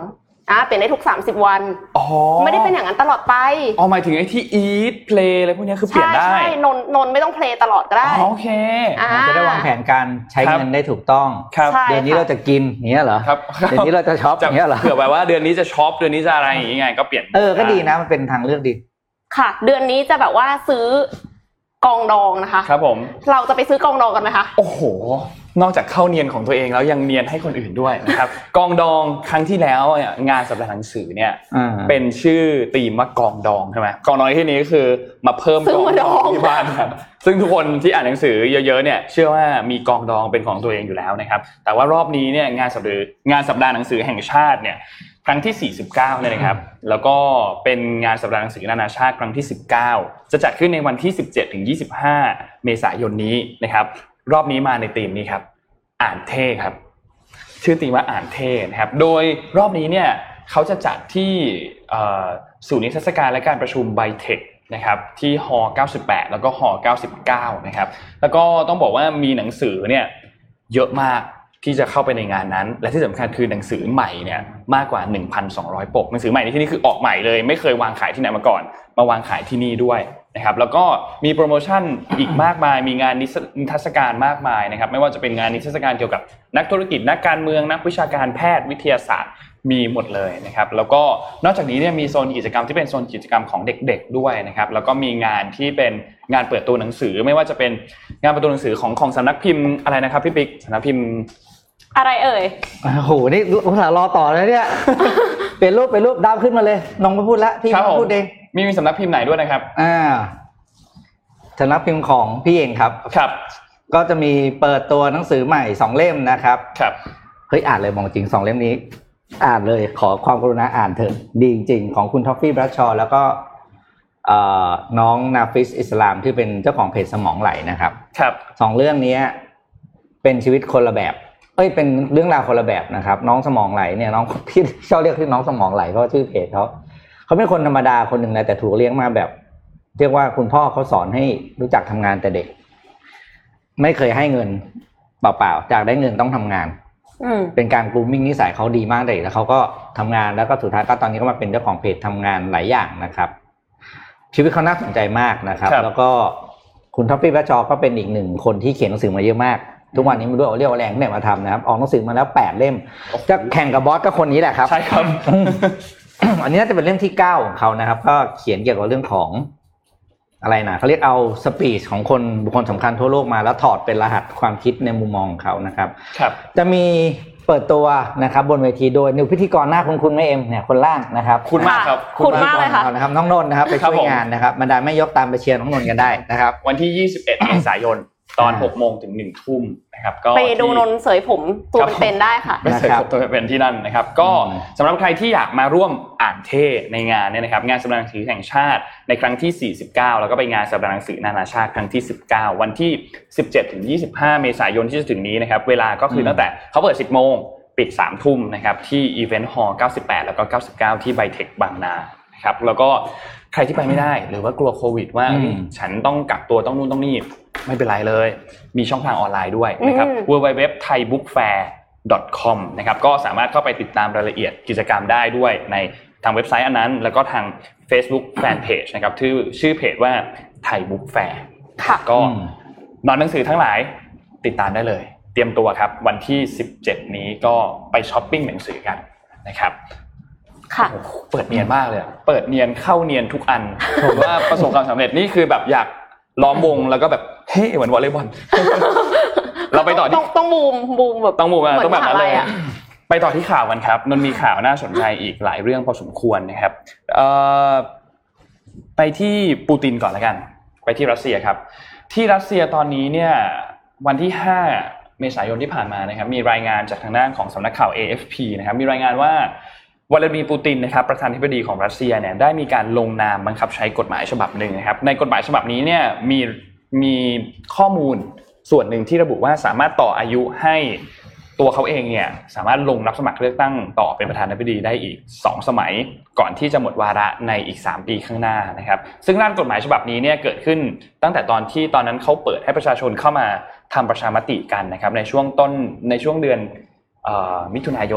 อ่าเปลี่ยนได้ทุกสามสิบวันอ๋อไม่ได้เป็นอย่างนั้นตลอดไปอ๋อหมายถึงไอ้ที่ eat play อะไรพวกนี้คือเปลี่ยนได้ใช่ๆนนนนไม่ต้อง play ตลอดก็ได้โอเคจะได้วางแผนการใช้เงินได้ถูกต้องเดือนนี้เราจะกินอย่างเงี้ยเหรอเดือนนี้เราจะช็อปอย่างเงี้ยเหรอเผื่อแบบว่าเดือนนี้จะช็อปเดือนนี้จะอะไรอย่างงี้ไงก็เปลี่ยนเออก็ดีนะมันเป็นทางเลือกดีค่ะเดือนนี้จะแบบว่าซื้อกองดองนะคะครับผมเราจะไปซื้อกองดองกันไหมคะโอ้โหนอกจากเข้าเนียนของตัวเองแล้วยังเนียนให้คนอื่นด้วยนะครับกองดองครั้งที่แล้วเนี่ยงานสัปดาห์หนังสือเนี่ยเป็นชื่อธีมว่ากองดองใช่ไหมกองดองที่นี้ก็คือมาเพิ่มกองดองที่บ้านครับซึ่งทุกคนที่อ่านหนังสือเยอะๆเนี่ยเชื่อว่ามีกองดองเป็นของตัวเองอยู่แล้วนะครับแต่ว่ารอบนี้เนี่ยงานสัปดาห์งานสัปดาห์หนังสือแห่งชาติเนี่ยครั้งที่สี่สิบเก้าเนี่ยนะครับแล้วก็เป็นงานสัปดาห์หนังสือนานาชาติครั้งที่สิบเก้าจะจัดขึ้นในวันที่สิบเจ็ดถึงยี่สิบห้าเมษายนนี้นะครับรอบนี้มาในธีมนี้ครับอ่านเท่ครับชื่อธีมว่าอ่านเท่นะครับโดยรอบนี้เนี่ยเขาจะจัดที่ศูนย์นิทรรศการและการประชุมไบเทคนะครับที่ฮอเก้าสิบแปดแล้วก็ฮอเก้าสิบเก้านะครับแล้วก็ต้องบอกว่ามีหนังสือเนี่ยเยอะมากที่จะเข้าไปในงานนั้นและที่สำคัญคือหนังสือใหม่เนี่ยมากกว่า หนึ่งพันสองร้อย ปกหนังสือใหม่ในที่นี้คือออกใหม่เลยไม่เคยวางขายที่ไหนมาก่อนมาวางขายที่นี่ด้วยนะครับแล้วก็มีโปรโมชั่นอีกมากมายมีงานนิทรรศการมากมายนะครับไม่ว่าจะเป็นงานนิทรรศการเกี่ยวกับนักธุรกิจนักการเมืองนักวิชาการแพทย์วิทยาศาสตร์มีหมดเลยนะครับแล้วก็นอกจากนี้เนี่ยมีโซนกิจกรรมที่เป็นโซนกิจกรรมของเด็กๆด้วยนะครับแล้วก็มีงานที่เป็นงานเปิดตัวหนังสือไม่ว่าจะเป็นงานเปิดตัวหนังสือของของสำนักพิมพ์อะไรนะครับพี่ปิ๊กสำนักพิมพ์อะไรเอ่ยโอ้โหนี่อุตส่าห์รอต่อเลยเนี่ยเปลี่ยนรูปเป็นรูปดาวขึ้นมาเลยน้องมาพูดแล้วพี่มาพูดเองมีมีสำนักพิมพ์ไหนด้วยนะครับอ่าสำนักพิมพ์ของพี่เองครับครับก็จะมีเปิดตัวหนังสือใหม่สองเล่มนะครับครับเฮ้ยอ่านเลยมองจริงสองเล่มนี้อ่านเลยขอความกรุณาอ่านเถอะดีจริงๆของคุณท็อฟฟี่บรัชชอว์แล้วก็เอ่อน้องนาฟิสอิสลามที่เป็นเจ้าของเพจสมองไหลนะครับครับสองเรื่องนี้เป็นชีวิตคนละแบบเอ้ยเป็นเรื่องราวคนละแบบนะครับน้องสมองไหลเนี่ยน้องที่ชอบเรียกที่น้องสมองไหลเพราะชื่อเพจเขาเขาเป็นคนธรรมดาคนหนึ่งนะแต่ถูกเลี้ยงมาแบบเรียกว่าคุณพ่อเขาสอนให้รู้จักทำงานแต่เด็กไม่เคยให้เงินเปล่าๆจากได้เงินต้องทำงานเป็นการกรูมมิ่งนิสัยเขาดีมากเลยแล้วเขาก็ทำงานแล้วก็สุดท้ายก็ตอนนี้ก็มาเป็นเจ้าของเพจทำงานหลายอย่างนะครับชีวิตเขาน่าสนใจมากนะครับแล้วก็คุณท็อปปี้แบชชอก็เป็นอีกหนึ่งคนที่เขียนหนังสือมาเยอะมากทุกวันนี้มันด้วยเอาเรียกว่าแรงเนี่ยมาทำนะครับออกหนังสือมาแล้วแปดเล่มจะแข่งกับบอสก็คนนี้แหละครับใช่ครับอันนี้น่าจะเป็นเล่มที่เก้าของเขานะครับก็เขียนเกี่ยวกับเรื่องของอะไรนะเขาเรียกเอาสปีชของคนบุคคลสำคัญทั่วโลกมาแล้วถอดเป็นรหัสความคิดในมุมมองของเขานะครับครับจะมีเปิดตัวนะครับบนเวทีโดยนิวพิธีกรหน้าคุณคุณแม่เอ็มเนี่ยคนล่างนะครับคุณมากครับคุณมากเลยค่ะนะครับน้องนนท์นะครับไปช่วยงานนะครับบรรดาแม่ยกตามไปเชียร์น้องนนท์กันได้นะครับวันที่ยี่สิบเอ็ดเมษายนตอนหกโมงถึงหนึ่งทุ่มนะครับก็ไปดูนนเสยผมตัวเป็นๆได้ค่ะไปเสยผมตัวเป็นๆที่นั่นนะครับก็สำหรับใครที่อยากมาร่วมอ่านเท่ในงานเนี่ยนะครับงานสัปดาห์หนังสือแห่งชาติในครั้งที่สี่สิบเก้าแล้วก็ไปงานสัปดาห์หนังสือนานาชาติครั้งที่สิบเก้าวันที่สิบเจ็ดถึงยี่สิบห้าเมษายนที่จะถึงนี้นะครับเวลาก็คือตั้งแต่เขาเปิดสิบโมงปิดสามทุ่มนะครับที่อีเวนต์ฮอลล์เก้าสิบแปดแล้วก็เก้าสิบเก้าที่ไบเทคบางนาครับแล้วก็ใครที่ไปไม่ได้หรือว่ากลัวโควิดว่าฉันต้องกักตัวต้องนู่นต้องนี่ไม่เป็นไรเลยมีช่องทางออนไลน์ด้วยนะครับ ดับเบิลยู ดับเบิลยู ดับเบิลยู ดอท ไทยบุ๊กแฟร์ ดอท คอม นะครับก็สามารถเข้าไปติดตามรายละเอียดกิจกรรมได้ด้วยในทางเว็บไซต์อันนั้นแล้วก็ทาง Facebook Fanpage นะครับชื่อชื่อเพจว่าไทยบุ๊กแฟร์ก็นอนหนังสือทั้งหลายติดตามได้เลยเตรียมตัวครับวันที่สิบเจ็ดนี้ก็ไปช้อปปิ้งหนังสือกันนะครับค่ะเปิดเนียนมากเลยเปิดเนียนเข้าเนียนทุกอันผมว่าประสบความสำเร็จนี่คือแบบอยากล้อมวงแล้วก็แบบเฮ้เหมือนวอลเลย์บอลเราไปต่อที่ต้องบูมบูมแบบต้องบูมต้องแบบนั้นเลยไปต่อที่ข่าวกันครับมันมีข่าวน่าสนใจอีกหลายเรื่องพอสมควรนะครับเอ่อไปที่ปูตินก่อนละกันไปที่รัสเซียครับที่รัสเซียตอนนี้เนี่ยวันที่ห้าเมษายนที่ผ่านมานะครับมีรายงานจากทางด้านของสำนักข่าว เอ เอฟ พี นะครับมีรายงานว่าวลาดิเมียร์ปูตินนะครับประธานาธิบดีของรัสเซียเนี่ยได้มีการลงนามบังคับใช้กฎหมายฉบับหนึ่งนะครับในกฎหมายฉบับนี้เนี่ยมีมีข้อมูลส่วนหนึ่งที่ระบุว่าสามารถต่ออายุให้ตัวเขาเองเนี่ยสามารถลงรับสมัครเลือกตั้งต่อเป็นประธานาธิบดีได้อีกสองสมัยก่อนที่จะหมดวาระในอีกสามปีข้างหน้านะครับซึ่งร่างกฎหมายฉบับนี้เนี่ยเกิดขึ้นตั้งแต่ตอนที่ตอนนั้นเขาเปิดให้ประชาชนเข้ามาทำประชามติกันนะครับในช่วงต้นในช่วงเดือนมิถุนายน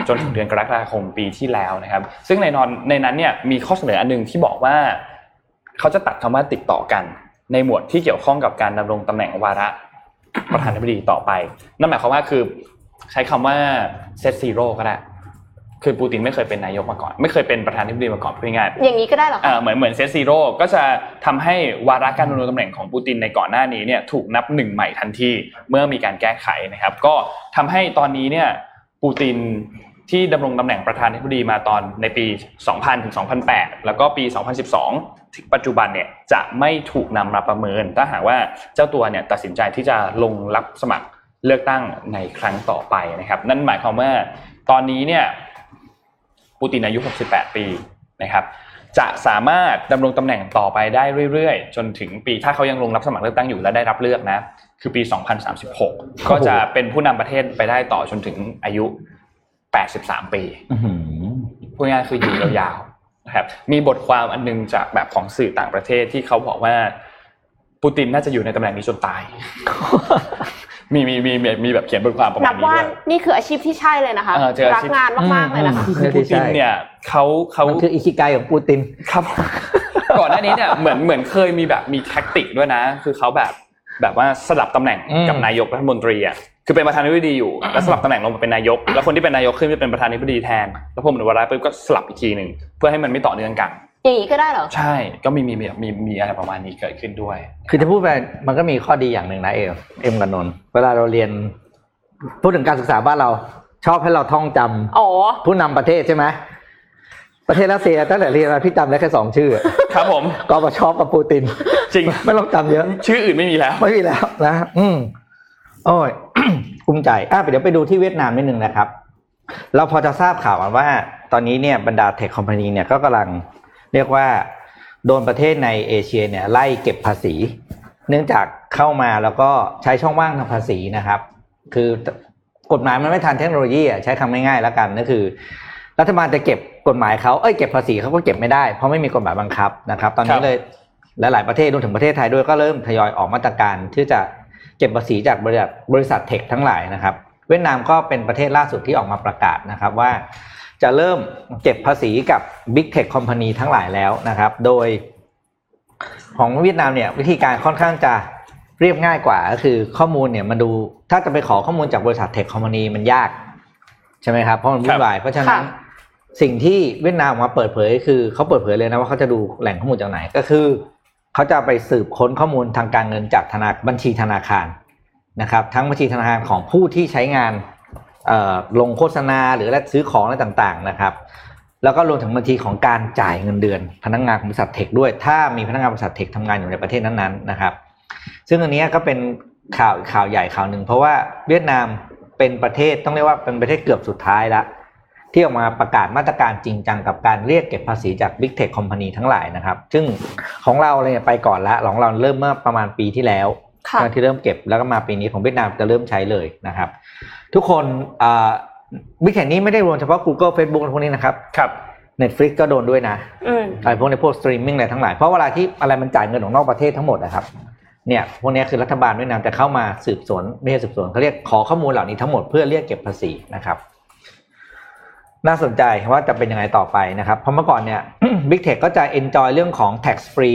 จนถึงเดือนกรกฎาคมปีที่แล้วนะครับซึ่งในนอนในนั้นเนี่ยมีข้อเสนออันนึงที่บอกว่าเขาจะตัดคำว่าติดต่อกันในหมวดที่เกี่ยวข้องกับการดำรงตำแหน่งวาระประธานาธิบดีต่อไปนั่นหมายความว่าคือใช้คำว่าเซตซีโร่ก็ได้คือปูตินไม่เคยเป็นนายกมาก่อนไม่เคยเป็นประธานาธิบดีมาก่อนพูดง่ายๆอย่างนี้ก็ได้เหรอคะอ่าเหมือนเหมือนเซตซีโร่ก็จะทำให้วาระการดำรงตำแหน่งของปูตินในก่อนหน้านี้เนี่ยถูกนับหนึ่งใหม่ทันทีเมื่อมีการแก้ไขนะครับก็ทำให้ตอนนี้เนี่ยปูตินที่ดำรงตำแหน่งประธานาธิบดีมาตอนในปีสองพันถึงสองพันแปดแล้วก็ปีสองพันสิบสองถึงปัจจุบันเนี่ยจะไม่ถูกนำมาประเมินถ้าหากว่าเจ้าตัวเนี่ยตัดสินใจที่จะลงรับสมัครเลือกตั้งในครั้งต่อไปนะครับนั่นหมายความว่าตอนนี้เนี่ยปูตินอายุหกสิบแปดปีนะครับจะสามารถดำรงตำแหน่งต่อไปได้เรื่อยๆจนถึงปีถ้าเขายังลงรับสมัครเลือกตั้งอยู่และได้รับเลือกนะคือปีสองพันสามสิบหกก็จะเป็นผู้นำประเทศไปได้ต่อจนถึงอายุแปดสิบสามปีพูดง่ายๆคืออยู่ยาวๆนะครับมีบทความอันนึงจากแบบของสื่อต่างประเทศที่เขาบอกว่าปูตินน่าจะอยู่ในตำแหน่งนี้จนตายมีมีมีมีแบบเขียนบทความประมาณนี้ด้วยนับว่านี่คืออาชีพที่ใช่เลยนะคะรักงานมากๆเลยนะคะคือปูตินเนี่ยเขาเขามันคืออิคิไกของปูตินครับก่อนหน้านี้เนี่ยเหมือนเหมือนเคยมีแบบมีแท็กติกด้วยนะคือเขาแบบแบบว่าสลับตำแหน่งกับนายกรัฐมนตรีอ่ะคือเป็นประธานาธิบดีอยู่แล้วสลับตำแหน่งลงมาเป็นนายกแล้วคนที่เป็นนายกขึ้นไปเป็นประธานาธิบดีแทนแล้วพอหมดวาระปุ๊บก็สลับอีกทีนึงเพื่อให้มันไม่ต่อเนื่องกันอย่างนี้ก็ได้เหรอใช่ก็มีมีมีมีอะไรประมาณนี้เกิดขึ้นด้วยคือจะพูดไปมันก็มีข้อดีอย่างนึงนะเอ็มเอ็มกับนนท์เวลาเราเรียนพูดถึงการศึกษาบ้านเราชอบให้เราท่องจำอ๋อผู้นำประเทศใช่ไหมประเทศรัสเซียตั้งแต่เรียนมาพี่จำได้แค่สองชื่อครับผมกบชกับปูตินจริงไม่ต้องจำเยอะชื่ออื่นไม่มีแล้วไม่มีแล้วนะอืมโอ้ย ภูมิใจอ่ะเดี๋ยวไปดูที่เวียดนามนิดนึงนะครับเราพอจะทราบข่าวว่าตอนนี้เนี่ยบรรดาเทคคอมพานีเนี่ยก็กำลังเรียกว่าโดนประเทศในเอเชียเนี่ยไล่เก็บภาษีเนื่องจากเข้ามาแล้วก็ใช้ช่องว่างทางภาษีนะครับคือกฎหมายมันไม่ทันเทคโนโลยีอ่ะใช้คำง่ายๆแล้วกันก็คือรัฐบาลจะเก็บกฎหมายเขาเอ้ยเก็บภาษีเขาก็เก็บไม่ได้เพราะไม่มีกฎหมายบังคับนะครับตอนนี้เลยหลายๆประเทศรวมถึงประเทศไทยด้วยก็เริ่มทยอยออกมาตรการที่จะเก็บภาษีจากบริษัทบริษัทเทคทั้งหลายนะครับเวียดนามก็เป็นประเทศล่าสุดที่ออกมาประกาศนะครับว่าจะเริ่มเก็บภาษีกับ Big Tech Company ทั้งหลายแล้วนะครับโดยของเวียดนามเนี่ยวิธีการค่อนข้างจะเรียบง่ายกว่าก็คือข้อมูลเนี่ยมาดูถ้าจะไปขอข้อมูลจากบริษัท Tech Company มันยากใช่ไหมครับเพราะมันวุ่นวายเพราะฉะนั้นสิ่งที่เวียดนามมาเปิดเผยคือเขาเปิดเผยเลยนะว่าเขาจะดูแหล่งข้อมูลจากไหนก็คือเขาจะไปสืบค้นข้อมูลทางการเงินจากธนาบัญชีธนาคารนะครับทั้งบัญชีธนาคารของผู้ที่ใช้งานลงโฆษณาหรือและซื้อของอะไรต่างๆนะครับแล้วก็รวมถึงบัญชีของการจ่ายเงินเดือนพนักงานของบริษัทเทคด้วยถ้ามีพนักงานบริษัทเทคทำงานอยู่ในประเทศนั้นๆนะครับซึ่งอันนี้ก็เป็นข่าวข่าวใหญ่ข่าวหนึ่งเพราะว่าเวียดนามเป็นประเทศต้องเรียกว่าเป็นประเทศเกือบสุดท้ายแล้วที่ออกมาประกาศมาตรการจริงจังกับการเรียกเก็บภาษีจาก Big Tech Company ทั้งหลายนะครับซึ่งของเราเนี่ยไปก่อนแล้วของเราเริ่มเมื่อประมาณปีที่แล้วที่เริ่มเก็บแล้วก็มาปีนี้ของเวียดนามจะเริ่มใช้เลยนะครับทุกคนอ่า Big Tech นี้ไม่ได้รวมเฉพาะ Google Facebook พวกนี้นะครับครับ Netflix ก็โดนด้วยนะอะไรพวกในพวกสตรีมมิ่งอะไรทั้งหลายเพราะเวลาที่อะไรมันจ่ายเงินของนอกประเทศทั้งหมดนะครับเนี่ยพวกนี้คือรัฐบาลเวียดนามจะเข้ามาสืบสวนไม่ใช่สืบสวนเขาเรียกขอข้อมูลเหล่านี้ทั้งหมดเพื่อเรียกเก็บภาษีนะครับน่าสนใจว่าจะเป็นยังไงต่อไปนะครับเพราะเมื่อก่อนเนี่ย Big Tech ก็จะ enjoy เรื่องของ tax free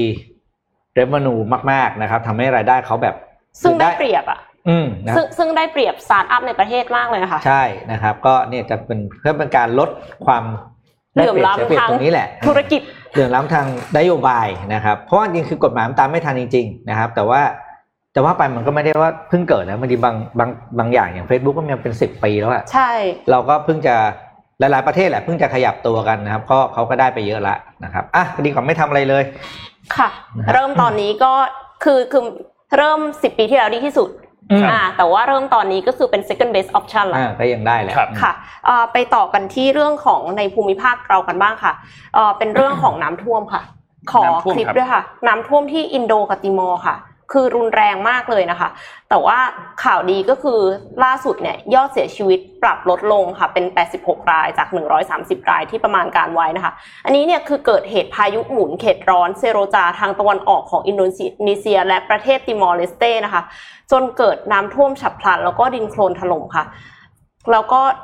revenue มากๆนะครับทำให้รายได้เขาแบบซึ่งได้เปรียบอ่ะอืมนะซึ่งซึ่งได้เปรียบสตาร์ทอัพในประเทศมากเลยนะคะใช่นะครับก็เนี่ยจะเป็นเพื่อเป็นการลดความเหลื่อมล้ำทางตรงนี้แหละธุรกิจเหลื่อมล้ำทางนโยบายนะครับเพราะว่าจริงคือกฎหมายมันตามไม่ทันจริงๆนะครับแต่ว่าแต่ว่าไปมันก็ไม่ได้ว่าเพิ่งเกิดนะบางทีบางบางบางอย่างอย่าง Facebook ก็มีเป็นสิบปีแล้วอ่ะใช่เราก็เพิ่งจะหลายๆประเทศแหละเพิ่งจะขยับตัวกันนะครับก็เขาก็ได้ไปเยอะละนะครับอ่ะดีกว่าไม่ทำอะไรเลยค่ะเริ่มตอนนี้ก็คือคือเริ่มสิบปีที่แล้วดีที่สุดอ่าแต่ว่าเริ่มตอนนี้ก็คือเป็น second best option แล้วอ่าก็ยังได้แหละค่ะเอ่อไปต่อกันที่เรื่องของในภูมิภาคเรากันบ้างค่ะเอ่อเป็นเรื่องของน้ำท่วมค่ะขอคลิปด้วยค่ะน้ำท่วมที่อินโดกับติมอร์ค่ะคือรุนแรงมากเลยนะคะแต่ว่าข่าวดีก็คือล่าสุดเนี่ยยอดเสียชีวิตปรับลดลงค่ะเป็นแปดสิบหกรายจากหนึ่งร้อยสามสิบรายที่ประมาณการไว้นะคะอันนี้เนี่ยคือเกิดเหตุพายุหมุนเขตร้อนเซโรจาทางตะวันออกของอินโดนีเซียและประเทศติมอร์เลสเต้นะคะจนเกิดน้ำท่วมฉับพลันแล้วก็ดินโคลนถล่มค่ะแล้วก็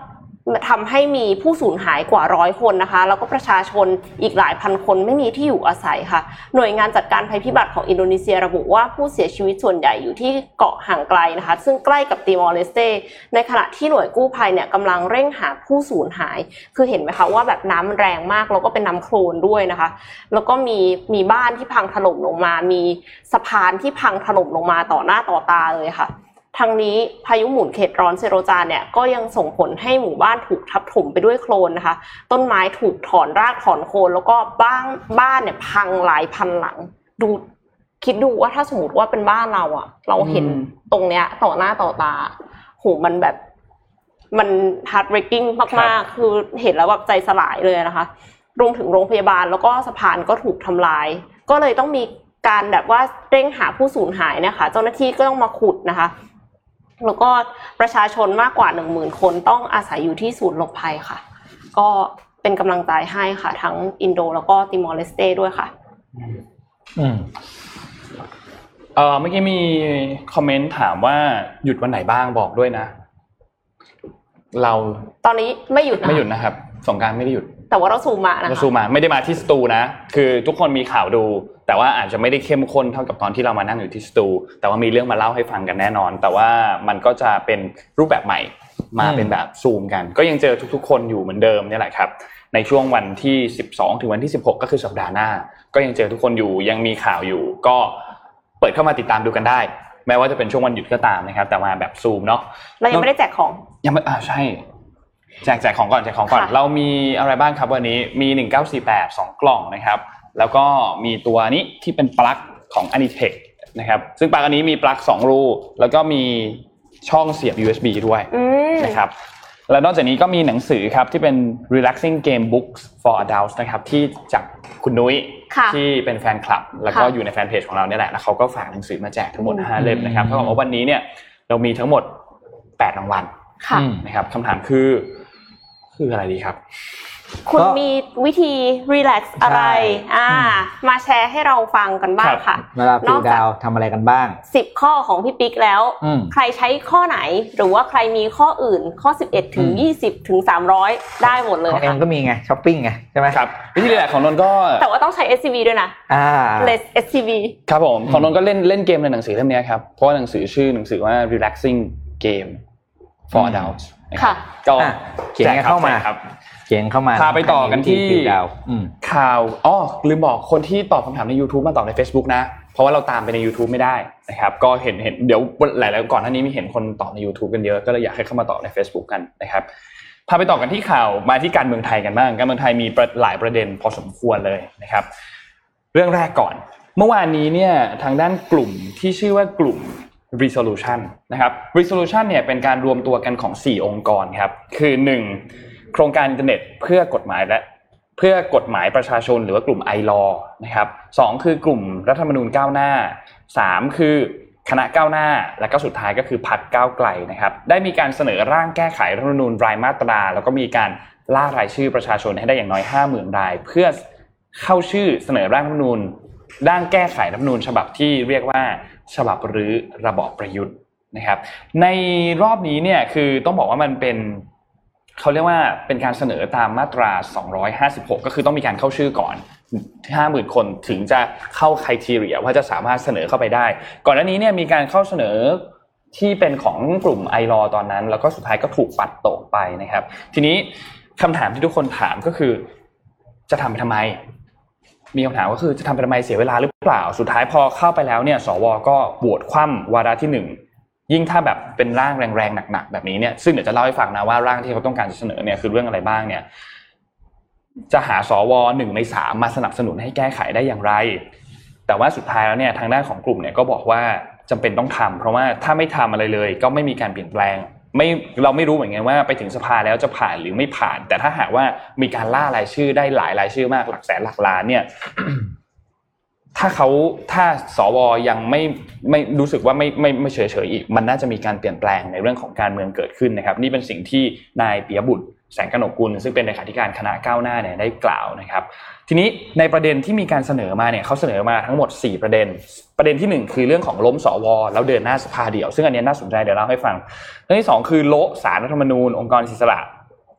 ทำให้มีผู้สูญหายกว่าร้อยคนนะคะแล้วก็ประชาชนอีกหลายพันคนไม่มีที่อยู่อาศัยค่ะหน่วยงานจัดการภัยพิบัติของอินโดนีเซียระบุว่าผู้เสียชีวิตส่วนใหญ่อยู่ที่เกาะห่างไกลนะคะซึ่งใกล้กับติมอร์เลสเตในขณะที่หน่วยกู้ภัยเนี่ยกำลังเร่งหาผู้สูญหายคือเห็นไหมคะว่าแบบน้ำมันแรงมากแล้วก็เป็นน้ำโคลนด้วยนะคะแล้วก็มีมีบ้านที่พังถล่มลงมามีสะพานที่พังถล่มลงมาต่อหน้าต่อตาเลยค่ะทั้งนี้พายุหมุนเขตร้อนเซโรจาเนี่ยก็ยังส่งผลให้หมู่บ้านถูกทับถมไปด้วยโคลนนะคะต้นไม้ถูกถอนรากถอนโคนแล้วก็บ้านบ้านเนี่ยพังหลายพันหลังดูคิดดูว่าถ้าสมมติว่าเป็นบ้านเราอะเราเห็นตรงเนี้ยต่อหน้าต่อตาโหมันแบบมัน heart breaking มากๆคือเห็นแล้วแบบใจสลายเลยนะคะรวมถึงโรงพยาบาลแล้วก็สะพานก็ถูกทำลายก็เลยต้องมีการแบบว่าเร่งหาผู้สูญหายเนี่ยค่ะเจ้าหน้าที่ก็ต้องมาขุดนะคะแล้วก็ประชาชนมากกว่า หนึ่งหมื่น คนต้องอาศัยอยู่ที่ศูนย์หลบภัยค่ะก็เป็นกำลังใจให้ค่ะทั้งอินโดแล้วก็ติมอร์เลสเตด้วยค่ะอืมเอ่อเมื่อกี้มีคอมเมนต์ถามว่าหยุดวันไหนบ้างบอกด้วยนะเราตอนนี้ไม่หยุดนะไม่หยุดนะครับสงกรานต์ไม่ได้หยุดแต่ว่าเราซูมมานะคะเราซูมมาไม่ได้มาที่สตูนะคือทุกคนมีข่าวดูแต่ว่าอาจจะไม่ได้เข้มข้นเท่ากับตอนที่เรามานั่งอยู่ที่สตูแต่ว่ามีเรื่องมาเล่าให้ฟังกันแน่นอนแต่ว่ามันก็จะเป็นรูปแบบใหม่มาเป็นแบบซูมกันก็ยังเจอทุกๆคนอยู่เหมือนเดิมนี่แหละครับในช่วงวันที่สิบสองถึงวันที่สิบหกก็คือสัปดาห์หน้าก็ยังเจอทุกคนอยู่ยังมีข่าวอยู่ก็เปิดเข้ามาติดตามดูกันได้แม้ว่าจะเป็นช่วงวันหยุดก็ตามนะครับแต่มาแบบซูมเนาะเรายังไม่ได้แจกของยังไม่อ่าใช่แจกแจกของก่อนแจกของก่อนเรามีอะไรบ้างครับวันนี้มีหนึ่งเก้าสี่แปด สองกล่องนะครับแล้วก็มีตัวนี้ที่เป็นปลั๊กของ Anitech นะครับซึ่งปลั๊กอันนี้มีปลั๊กสองรูแล้วก็มีช่องเสียบ ยู เอส บี ด้วยนะครับแล้วนอกจากนี้ก็มีหนังสือครับที่เป็น Relaxing Game Books for Adults นะครับที่จากคุณนุ้ยที่เป็นแฟนคลับแล้วก็อยู่ในแฟนเพจของเราเนี่ยแหละแล้วเขาก็ฝากหนังสือมาแจกทั้งหมดห้าเล่มนะครับเท่ากับว่าวันนี้เนี่ยเรามีทั้งหมดแปดรางวัลนะครับคำถามคือคืออะไรดีครับคุณมีวิธีรีแลกซ์อะไรอ่ามาแชร์ให้เราฟังกันบ้างค่ะเวลาฟิลดาวทำอะไรกันบ้างสิบข้อของพี่ปิ๊กแล้วใครใช้ข้อไหนหรือว่าใครมีข้ออื่นข้อสิบเอ็ดถึงยี่สิบถึงสามร้อยได้หมดเลยค่ะของเอ็มก็มีไงช้อปปิ้งไงใช่ไหมครับวิธีรีแลกซ์ของนนท์ก็แต่ว่าต้องใช้ เอส ซี วี ด้วยนะอ่า Less เอส ซี วีครับผมของนนท์ก็เล่นเล่นเกมในหนังสือเล่มนี้ครับเพราะว่าหนังสือชื่อหนังสือว่า Relaxing Game for Adults ค่ะก็เขียนเข้ามาครับเขียนเข้ามาพาไปต่อกันที่ข่าวอ๋อลืมบอกคนที่ตอบคำถามใน YouTube มาตอบใน Facebook นะเพราะว่าเราตามไปใน YouTube ไม่ได้นะครับก็เห็นเห็นเดี๋ยวหลายๆก่อนหน้านี้มีเห็นคนตอบใน YouTube กันเยอะก็เลยอยากให้เข้ามาตอบใน Facebook กันนะครับพาไปต่อกันที่ข่าวมาที่การเมืองไทยกันบ้างการเมืองไทยมีหลายประเด็นพอสมควรเลยนะครับเรื่องแรกก่อนเมื่อวานนี้เนี่ยทางด้านกลุ่มที่ชื่อว่ากลุ่ม Resolution นะครับ Resolution เนี่ยเป็นการรวมตัวกันของสี่องค์กรครับคือหนึ่งโครงการอินเทอร์เน็ตเพื่อกฎหมายและเพื่อกฎหมายประชาชนหรือว่ากลุ่ม ไอ แอล โอ นะครับสองคือกลุ่มรัฐธรรมนูญก้าวหน้าสามคือคณะก้าวหน้าและก็สุดท้ายก็คือพรรคก้าวไกลนะครับได้มีการเสนอร่างแก้ไขรัฐธรรมนูญรายมาตราแล้วก็มีการล่ารายชื่อประชาชนให้ได้อย่างน้อย ห้าหมื่น รายเพื่อเข้าชื่อเสนอร่างรัฐธรรมนูญร่างแก้ไขรัฐธรรมนูญฉบับที่เรียกว่าฉบับรื้อระบอบประยุทธ์นะครับในรอบนี้เนี่ยคือต้องบอกว่ามันเป็นเขาเรียกว่าเป็นการเสนอตามมาตราสองร้อยห้าสิบหกก็คือต้องมีการเข้าชื่อก่อน ห้าหมื่น คนถึงจะเข้าไครทีเรียว่าจะสามารถเสนอเข้าไปได้ก่อนหน้านี้เนี่ยมีการเข้าเสนอที่เป็นของกลุ่ม ไอ แอล โอ ตอนนั้นแล้วก็สุดท้ายก็ถูกปัดตกไปนะครับทีนี้คำถามที่ทุกคนถามก็คือจะทำไปทำไมมีคำถามก็คือจะทำไปทำไมเสียเวลาหรือเปล่าสุดท้ายพอเข้าไปแล้วเนี่ยสวก็โหวตคว่ำวาระที่หนึ่งยิ่งถ้าแบบเป็นร่างแรงๆหนักๆแบบนี้เนี่ยซึ่งเดี๋ยวจะเล่าให้ฟังนะว่าร่างที่เขาต้องการจะเสนอเนี่ยคือเรื่องอะไรบ้างเนี่ยจะหาสวหนึ่งในสามมาสนับสนุนให้แก้ไขได้อย่างไรแต่ว่าสุดท้ายแล้วเนี่ยทางด้านของกลุ่มเนี่ยก็บอกว่าจำเป็นต้องทำเพราะว่าถ้าไม่ทำอะไรเลยก็ไม่มีการเปลี่ยนแปลงไม่เราไม่รู้เหมือนกันว่าไปถึงสภาแล้วจะผ่านหรือไม่ผ่านแต่ถ้าหากว่ามีการล่ารายชื่อได้หลายรายชื่อมากหลักแสนหลักล้านเนี่ย ถ้าเขาถ้าสวยังไม่ไม่รู้สึกว่าไม่ไม่ไม่เฉยๆอีกมันน่าจะมีการเปลี่ยนแปลงในเรื่องของการเมืองเกิดขึ้นนะครับนี่เป็นสิ่งที่นายปิยบุตรแสงกนกกุลซึ่งเป็นเลขาธิการคณะก้าวหน้าเนี่ยได้กล่าวนะครับทีนี้ในประเด็นที่มีการเสนอมาเนี่ยเขาเสนอมาทั้งหมดสี่ประเด็นประเด็นที่หนึ่งคือเรื่องของล้มสวแล้วเดินหน้าสภาเดี่ยวซึ่งอันนี้น่าสนใจเดี๋ยวเล่าให้ฟังเรื่องที่สองคือโละศาลรัฐธรรมนูญองค์กรอิสระ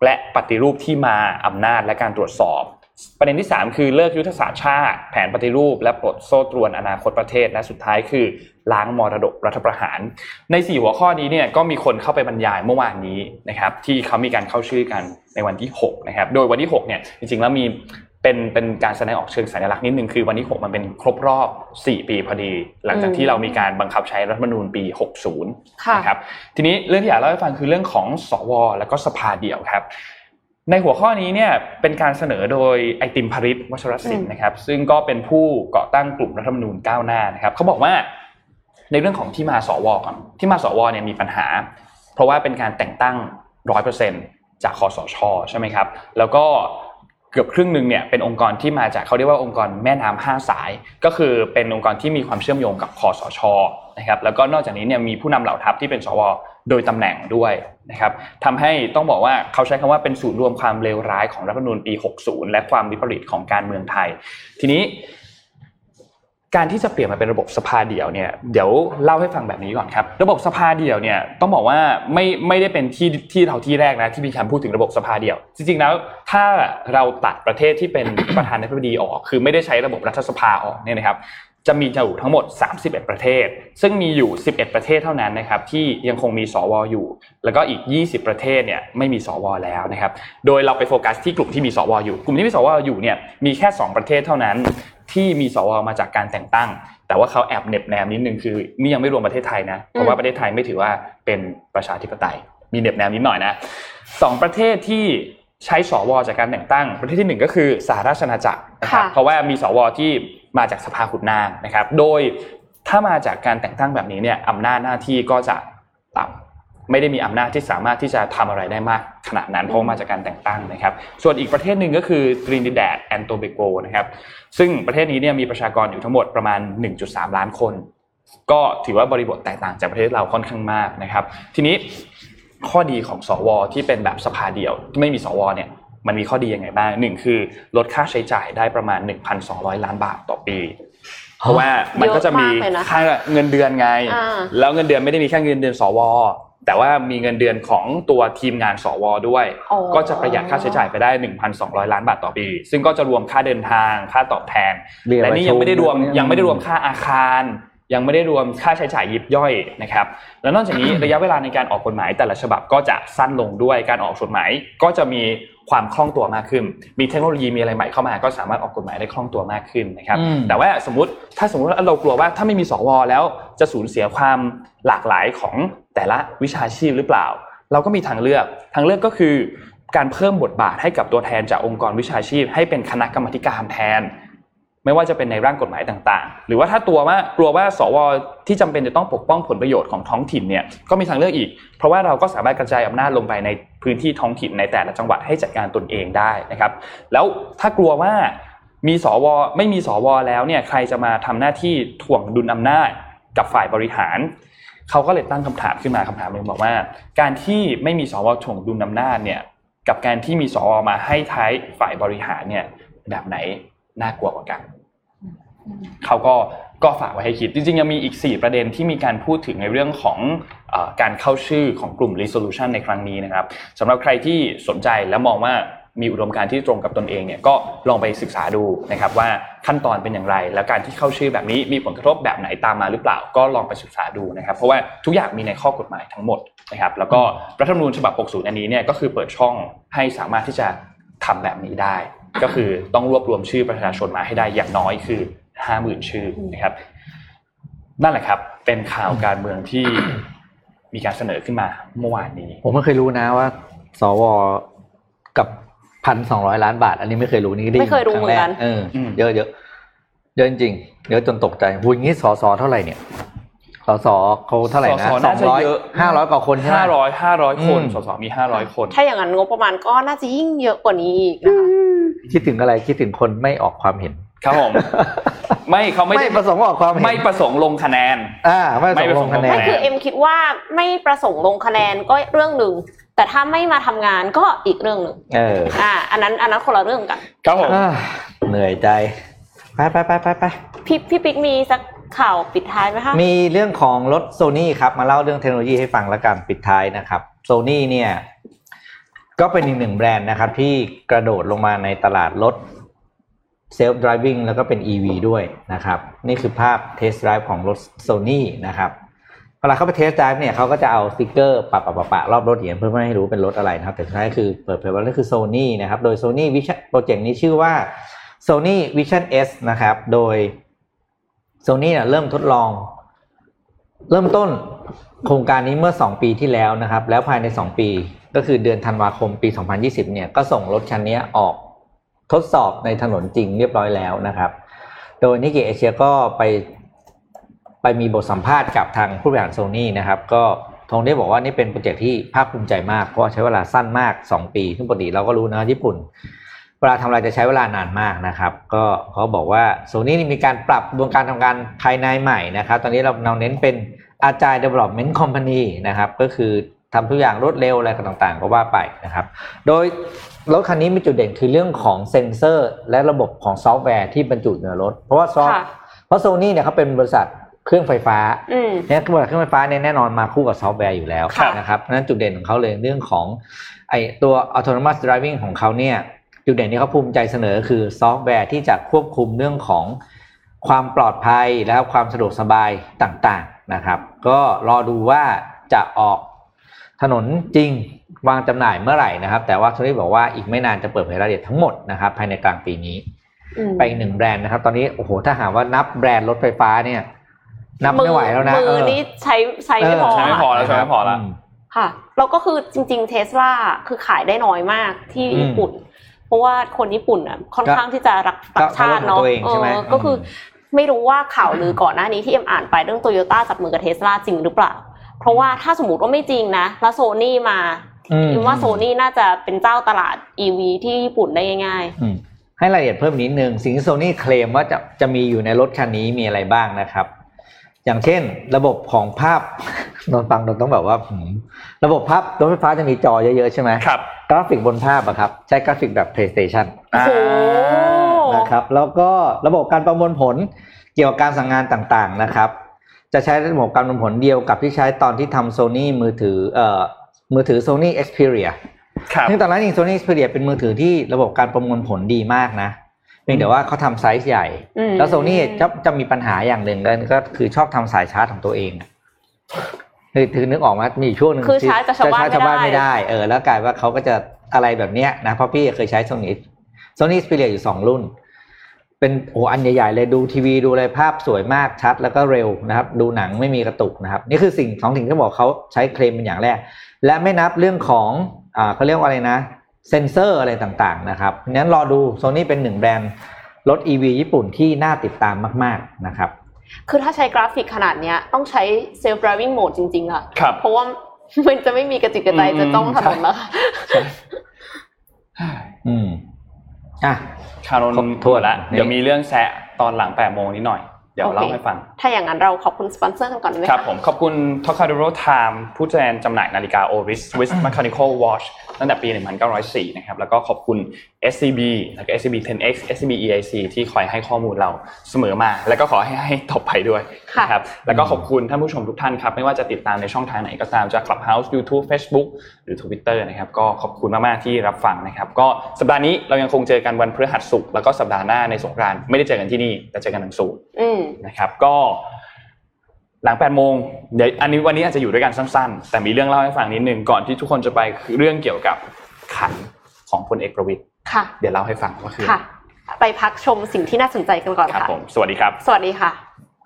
และปฏิรูปที่มาอำนาจและการตรวจสอบประเด็นที่สามคือเลิกยุทธศาสตร์ชาติแผนปฏิรูปและปลดโซ่ตรวนอนาคตประเทศและสุดท้ายคือล้างมรดกรัฐประหารในสี่หัวข้อนี้เนี่ยก็มีคนเข้าไปบรรยายเมื่อวานนี้นะครับที่เขามีการเข้าชื่อกันในวันที่หกนะครับโดยวันที่หกเนี่ยจริงๆแล้วมีเป็นเป็นการแสดงออกเชิงสัญลักษณ์นิดนึงคือวันที่หกมันเป็นครบรอบสี่ปีพอดีหลังจากที่เรามีการบังคับใช้รัฐธรรมนูญปีหกสิบนะครับทีนี้เรื่องที่อยากเล่าให้ฟังคือเรื่องของสวและก็สภาเดี่ยวครับในหัวข้อนี้เนี่ยเป็นการเสนอโดยไอติมภริษฐ์วชรศิลป์นะครับซึ่งก็เป็นผู้ก่อตั้งกลุ่มรัฐธรรมนูญก้าวหน้านะครับเขาบอกว่าในเรื่องของที่มาสวก่อนที่มาสวเนี่ยมีปัญหาเพราะว่าเป็นการแต่งตั้ง ร้อยเปอร์เซ็นต์ จากคสช.ใช่ไหมครับแล้วก็เกือบครึ่งนึงเนี่ยเป็นองค์กรที่มาจากเขาเรียกว่าองค์กรแม่น้ำห้าสายก็คือเป็นองค์กรที่มีความเชื่อมโยงกับคสช.นะครับแล้วก็นอกจากนี้เนี่ยมีผู้นำเหล่าทัพที่เป็นสวโดยตำแหน่งด้วยนะครับทำให้ต้องบอกว่าเขาใช้คำว่าเป็นศูนย์รวมความเลวร้ายของรัฐธรรมนูญปีหกสิบและความวิปริตของการเมืองไทยทีนี้การที่จะเปลี่ยนมาเป็นระบบสภาเดี่ยวเนี่ยเดี๋ยวเล่าให้ฟังแบบนี้ก่อนครับระบบสภาเดี่ยวเนี่ยต้องบอกว่าไม่ไม่ได้เป็นที่ที่เท่าที่แรกนะที่มีการพูดถึงระบบสภาเดี่ยวจริงๆแล้วถ้าเราตัดประเทศที่เป็น ประธานาธิบดีออกคือไม่ได้ใช้ระบบรัฐสภาออกเนี่ยนะครับจะมีอยู่ทั้งหมดสามสิบเอ็ดประเทศซึ่งมีอยู่สิบเอ็ดประเทศเท่านั้นนะครับที่ยังคงมีสวอยู่แล้วก็อีกยี่สิบประเทศเนี่ยไม่มีสวแล้วนะครับโดยเราไปโฟกัสที่กลุ่มที่มีสวอยู่กลุ่มที่มีสวอยู่เนี่ยมีแค่สองประเทศเท่านั้นที่มีสวมาจากการแต่งตั้งแต่ว่าเขาแอบเน็บแนมนิดนึงคือนี่ยังไม่รวมประเทศไทยนะเพราะว่าประเทศไทยไม่ถือว่าเป็นประชาธิปไตยมีเน็บแนมนิดหน่อยนะสองประเทศที่ใช้สวจากการแต่งตั้งประเทศที่หนึ่งก็คือสหราชอาณาจักรนะครับเพราะว่ามีสวที่มาจากสภาขุนนางนะครับโดยถ้ามาจากการแต่งตั้งแบบนี้เนี่ยอำนาจหน้าที่ก็จะต่ำไม่ได้มีอำนาจที่สามารถที่จะทำอะไรได้มากขนาดนั้นเพราะมาจากการแต่งตั้งนะครับส่วนอีกประเทศหนึ่งก็คือตรินิแดดแอนโตเบโกนะครับซึ่งประเทศนี้เนี่ยมีประชากรอยู่ทั้งหมดประมาณ หนึ่งจุดสาม ล้านคนก็ถือว่าบริบทแตกต่างจากประเทศเราค่อนข้างมากนะครับทีนี้ข้อดีของสวที่เป็นแบบสภาเดี่ยวที่ไม่มีสวเนี่ยมันมีข้อดียังไงบ้างหนึ่งคือลดค่าใช้จ่ายได้ประมาณ หนึ่งพันสองร้อย ล้านบาทต่อปีเพราะว่ามันก็จะมีค่าเงินเดือนไงแล้วเงินเดือนไม่ได้มีแค่เงินเดือนสวแต่ว่ามีเงินเดือนของตัวทีมงานสวด้วยก็จะประหยัดค่าใช้จ่ายไปได้ หนึ่งพันสองร้อย ล้านบาทต่อปีซึ่งก็จะรวมค่าเดินทางค่าตอบแทนและนี่ยังไม่ได้รวมยังไม่ได้รวมค่าอาคารยังไม่ได้รวมค่าใช้จ่ายยิบย่อยนะครับแล้วนอกจากนี้ ระยะเวลาในการออกกฎหมายแต่ละฉบับก็จะสั้นลงด้วยการออกกฎหมายก็จะมีความคล่องตัวมากขึ้นมีเทคโนโลยีมีอะไรใหม่เข้ามาก็สามารถออกกฎหมายได้คล่องตัวมากขึ้นนะครับแต่ว่าสมมุติถ้าสมมุติเรากลัวว่าถ้าไม่มีสวแล้วจะสูญเสียความหลากหลายของแต่ละวิชาชีพหรือเปล่าเราก็มีทางเลือกทางเลือกก็คือการเพิ่มบทบาทให้กับตัวแทนจากองค์กรวิชาชีพให้เป็นคณะกรรมการแทนไม่ว่าจะเป็นในร่างกฎหมายต่างๆหรือว่าถ้าตัวว่ากลัวว่าสวที่จำเป็นจะต้องปกป้องผลประโยชน์ของท้องถิ่นเนี่ยก็มีทางเลือกอีกเพราะว่าเราก็สามารถกระจายอำนาจลงไปในพื้นที่ท้องถิ่นในแต่ละจังหวัดให้จัดการตนเองได้นะครับแล้วถ้ากลัวว่ามีสวไม่มีสวแล้วเนี่ยใครจะมาทำหน้าที่ถ่วงดุลอำนาจกับฝ่ายบริหารเขาก็เลยตั้งคำถามขึ้นมาคำถามนึงบอกว่าการที่ไม่มีสวถ่วงดุลอำนาจเนี่ยกับการที่มีสวมาให้ท้ายฝ่ายบริหารเนี่ยแบบไหนน่ากลัวกว่ากันเขาก็ก็ฝากไว้ให้คิดจริงๆยังมีอีกสี่ประเด็นที่มีการพูดถึงในเรื่องของเอ่อการเข้าชื่อของกลุ่ม resolution ในครั้งนี้นะครับสำหรับใครที่สนใจและมองว่ามีอุดมการณ์ที่ตรงกับตนเองเนี่ยก็ลองไปศึกษาดูนะครับว่าขั้นตอนเป็นอย่างไรและการที่เข้าชื่อแบบนี้มีผลกระทบแบบไหนตามมาหรือเปล่าก็ลองไปศึกษาดูนะครับเพราะว่าทุกอย่างมีในข้อกฎหมายทั้งหมดนะครับแล้วก็รัฐธรรมนูญฉบับหกสิบอันนี้เนี่ยก็คือเปิดช่องให้สามารถที่จะทำแบบนี้ได้ก็คือต้องรวบรวมชื่อประชาชนมาให้ได้อย่างน้อยคือ ห้าหมื่น ชื่อนะครับนั่นแหละครับเป็นข่าวการเมืองที่มีการเสนอขึ้นมาเมื่อวานนี้ผมไม่เคยรู้นะว่าสวกับ หนึ่งพันสองร้อย ล้านบาทอันนี้ไม่เคยรู้นี่ได้ยินครั้งแรกเออเยอะๆเยอะจริงๆเยอะจนตกใจพูดอย่างงี้สสเท่าไหร่เนี่ยสสเขาเท่าไหร่นะสองร้อย ห้าร้อยกว่าคนใช่มั้ยห้าร้อยห้าร้อยคนสสมีห้าร้อยคนถ้าอย่างนั้นงบประมาณก็น่าจะยิ่งเยอะกว่านี้อีกนะคะคิดถึงอะไรคิดถึงคนไม่ออกความเห็นครับผมไม่เขาไม่ได้ประสงค์ออกความเห็นไม่ประสงค์ลงคะแนนอ่าไม่ประสงค์ลงคะแนนไม่คือเอ็มคิดว่าไม่ประสงค์ลงคะแนนก็เรื่องนึงแต่ถ้าไม่มาทำงานก็อีกเรื่องนึงเอออ่าอันนั้นอันนั้นคนละเรื่องกันครับผมเหนื่อยใจไปไปไปไปไปพี่พี่ปิ๊กมีสักข่าวปิดท้ายไหมคะมีเรื่องของรถ Sony ครับมาเล่าเรื่องเทคโนโลยีให้ฟังแล้วกันปิดท้ายนะครับ Sony เนี่ยก็เป็นอีกหนึ่งแบรนด์นะครับที่กระโดดลงมาในตลาดรถ self driving แล้วก็เป็น อี วี ด้วยนะครับนี่คือภาพ test drive ของรถ Sony นะครับเวลาเข้าไป test drive เนี่ยเขาก็จะเอาสติ๊กเกอร์ปะๆๆรอบรถเห็นเพื่อไม่ให้รู้เป็นรถอะไรนะครับแต่สุดท้ายคือเปิดเผยว่านี่คือ Sony นะครับโดย Sony Vision โปรเจกต์นี้ชื่อว่า Sony Vision S นะครับโดย Sony เนี่ยเริ่มทดลองเริ่มต้นโครงการนี้เมื่อสองปีที่แล้วนะครับแล้วภายในสองปีก็คือเดือนธันวาคมปีสองพันยี่สิบเนี่ยก็ส่งรถคันนี้ออกทดสอบในถนนจริงเรียบร้อยแล้วนะครับโดยนิกเกิลเอเชียก็ไปไปมีบทสัมภาษณ์กับทางผู้บริหาร Sony นะครับก็ทงได้บอกว่านี่เป็นโปรเจกต์ที่ภาคภูมิใจมากเพราะใช้เวลาสั้นมากสองปีซึ่งปกติเราก็รู้นะญี่ปุ่นเวลาทำอะไรจะใช้เวลานานมากนะครับก็เขาบอกว่า Sony นี่มีการปรับวงการทำงานภายในใหม่นะครับตอนนี้เราเราเน้นเป็น Agile Development Company นะครับก็คือทำทุกอย่างรวดเร็วอะไรต่างๆก็ว่าไปนะครับโดยรถคันนี้มีจุดเด่นคือเรื่องของเซ็นเซอร์และระบบของซอฟต์แวร์ที่บรรจุในรถเพราะว่าซอฟเพราะ Sony เนี่ยเขาเป็นบริษัทเครื่องไฟฟ้าเนี่ยบริษัทเครื่องไฟฟ้าเนี่ยแน่นอนมาคู่กับซอฟต์แวร์อยู่แล้วนะครับเพราะฉะนั้นจุดเด่นของเขาเลยเรื่องของไอตัว autonomous driving ของเขาเนี่ยจุดเด่นที่เขาภูมิใจเสนอคือซอฟต์แวร์ที่จะควบคุมเรื่องของความปลอดภัยและความสะดวกสบายต่างๆนะครับก็รอดูว่าจะออกถนนจริงวางจำหน่ายเมื่อไหร่นะครับแต่ว่าโซนี่บอกว่าอีกไม่นานจะเปิดเผยรายละเอียดทั้งหมดนะครับภายในกลางปีนี้ไปอีกหนึ่งแบรนด์นะครับตอนนี้โอ้โหถ้าหากว่านับแบรนด์รถไฟฟ้าเนี่ยนับไม่ไหวแล้วนะมือนี่ใช้ใช้ไม่พอใช้ไม่พอแล้วใช้ไม่พอแล้วค่ะแล้วก็คือจริงๆ Tesla คือขายได้น้อยมากที่ญี่ปุ่นเพราะว่าคนญี่ปุ่นอ่ะค่อนข้างที่จะรักต่างชาติเนาะก็คือไม่รู้ว่าข่าวลือก่อนหน้านี้ที่เอ็มอ่านไปเรื่อง Toyota จับมือกับ Tesla จริงหรือเปล่าเพราะว่าถ้าสมมุติว่าไม่จริงนะแล้ว Sony มาคิดว่า Sony น่าจะเป็นเจ้าตลาด อี วี ที่ญี่ปุ่นได้ง่ายๆให้รายละเอียดเพิ่มนิดนึงสิ่งที่ Sony เคลมว่าจะจะมีอยู่ในรถคันนี้มีอะไรบ้างนะครับอย่างเช่นระบบของภาพนนฟังนนต้องแบบว่าระบบภาพรถไฟฟ้าจะมีจอเยอะๆใช่ไหมครับกราฟิกบนภาพอะครับใช้กราฟิกแบบ PlayStation โอ้โหนะครับแล้วก็ระบบการประมวลผลเกี่ยวกับการสั่งงานต่างๆนะครับจะใช้ระบบการประมวลผลเดียวกับที่ใช้ตอนที่ทำ Sony มือถือเอ่อมือถือ Sony Xperia ครับซึ่งตอนนั้นจริง Sony Xperia เป็นมือถือที่ระบบการประมวลผลดีมากนะเพียงแต่ว่าเขาทำไซส์ใหญ่แล้ว Sony จะจะมีปัญหาอย่างหนึ่งก็คือชอบทำสายชาร์จของตัวเองคือถือนึกออกมามีช่วงนึงคือชาร์จจะชาวบ้านไม่ได้เออแล้วกลายว่าเขาก็จะอะไรแบบเนี้ยนะเพราะพี่เคยใช้ Sony Sony Xperia อยู่สองรุ่นเป็นโอ้อันใหญ่ๆเลยดูทีวีดูอะไรภาพสวยมากชัดแล้วก็เร็วนะครับดูหนังไม่มีกระตุกนะครับนี่คือสิ่งสองสิ่งที่บอกเขาใช้เคลมเป็นอย่างแรกและไม่นับเรื่องของอ่าเขาเรียกว่าอะไรนะเซ็นเซอร์อะไรต่างๆนะครับงั้นรอดู Sony เป็นหนึ่งแบรนด์รถ อี วี ญี่ปุ่นที่น่าติดตามมากๆนะครับคือถ้าใช้กราฟิกขนาดเนี้ยต้องใช้ self driving mode จริงๆอะเพราะว่ามันจะไม่มีกระจิกกระใจจะต้องถนนแล้วอืมอ่ะคารนทั่วแล้วเดี๋ยวมีเรื่องแซะตอนหลังแปดโมงนิดหน่อยเดี๋ยวเล่าให้ฟังถ้าอย่างนั้นเราขอบคุณสปอนเซอร์กันก่อนไหมครับผมขอบคุณ Tokadoro Time ผู้แทนจำหน่ายนาฬิกา Oris Swiss Mechanical Watch ตั้งแต่ปีหนึ่งพันเก้าร้อยสี่นะครับแล้วก็ขอบคุณ เอส ซี บี แล้วก็ เอส ซี บี เท็น เอ็กซ์ เอส ซี บี อี ไอ ซี ที่คอยให้ข้อมูลเราเสมอมาแล้วก็ขอให้ให้ต่อไปด้วยนะครับแล้วก็ขอบคุณท่านผู้ชมทุกท่านครับไม่ว่าจะติดตามในช่องทางไหนก็ตามจาก Clubhouse YouTube Facebook หรือ Twitter นะครับก็ขอบคุณมากๆที่รับฟังนะครับก็สัปดาห์นี้เรายังคงเจอกันวันพฤหัสศุกร์แล้วก็สัปดาห์หน้าในสงกรานต์ไม่ได้เจอกันที่นี่แต่เจอกันทางซูมนะครับก็หลังแปดโมงเดี๋ยวอันนี้วันนี้อาจจะอยู่ด้วยกันสั้นๆแต่มีเรื่องเล่าให้ฟังนิดนึงก่อนที่ทุกคนจะไปคือเรื่องเกี่ยวกับขันของพลเอกประวิตรค่ะเดี๋ยวเล่าให้ฟังว่าคือค่ะไปพักชมสิ่งที่น่าสนใจกันก่อนค่ะครับผมสวัสดีครับสวัสดีค่ะ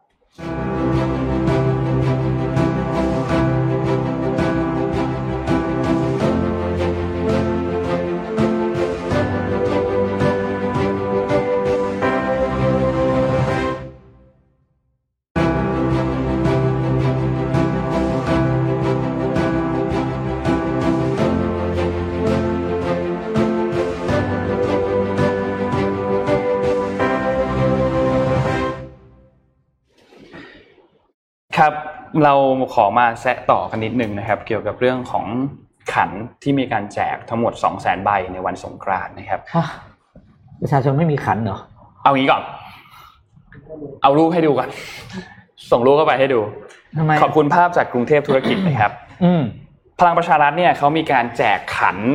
ครับเราขอมาแซะต่อกันนิดนึงนะครับเกี่ยวกับเรื่องของขันที่มีการแจกทั้งหมด สองแสน ใบในวันสงกรานต์นะครับประชาชนไม่มีขันเหรอเอางี้ก่อนเอารูปให้ดูก่อนส่งรูปเข้าไปให้ดูขอบคุณภาพจากกรุงเทพธุรกิจนะครับพลังประชารัฐเนี่ยเขามีการแจกขันข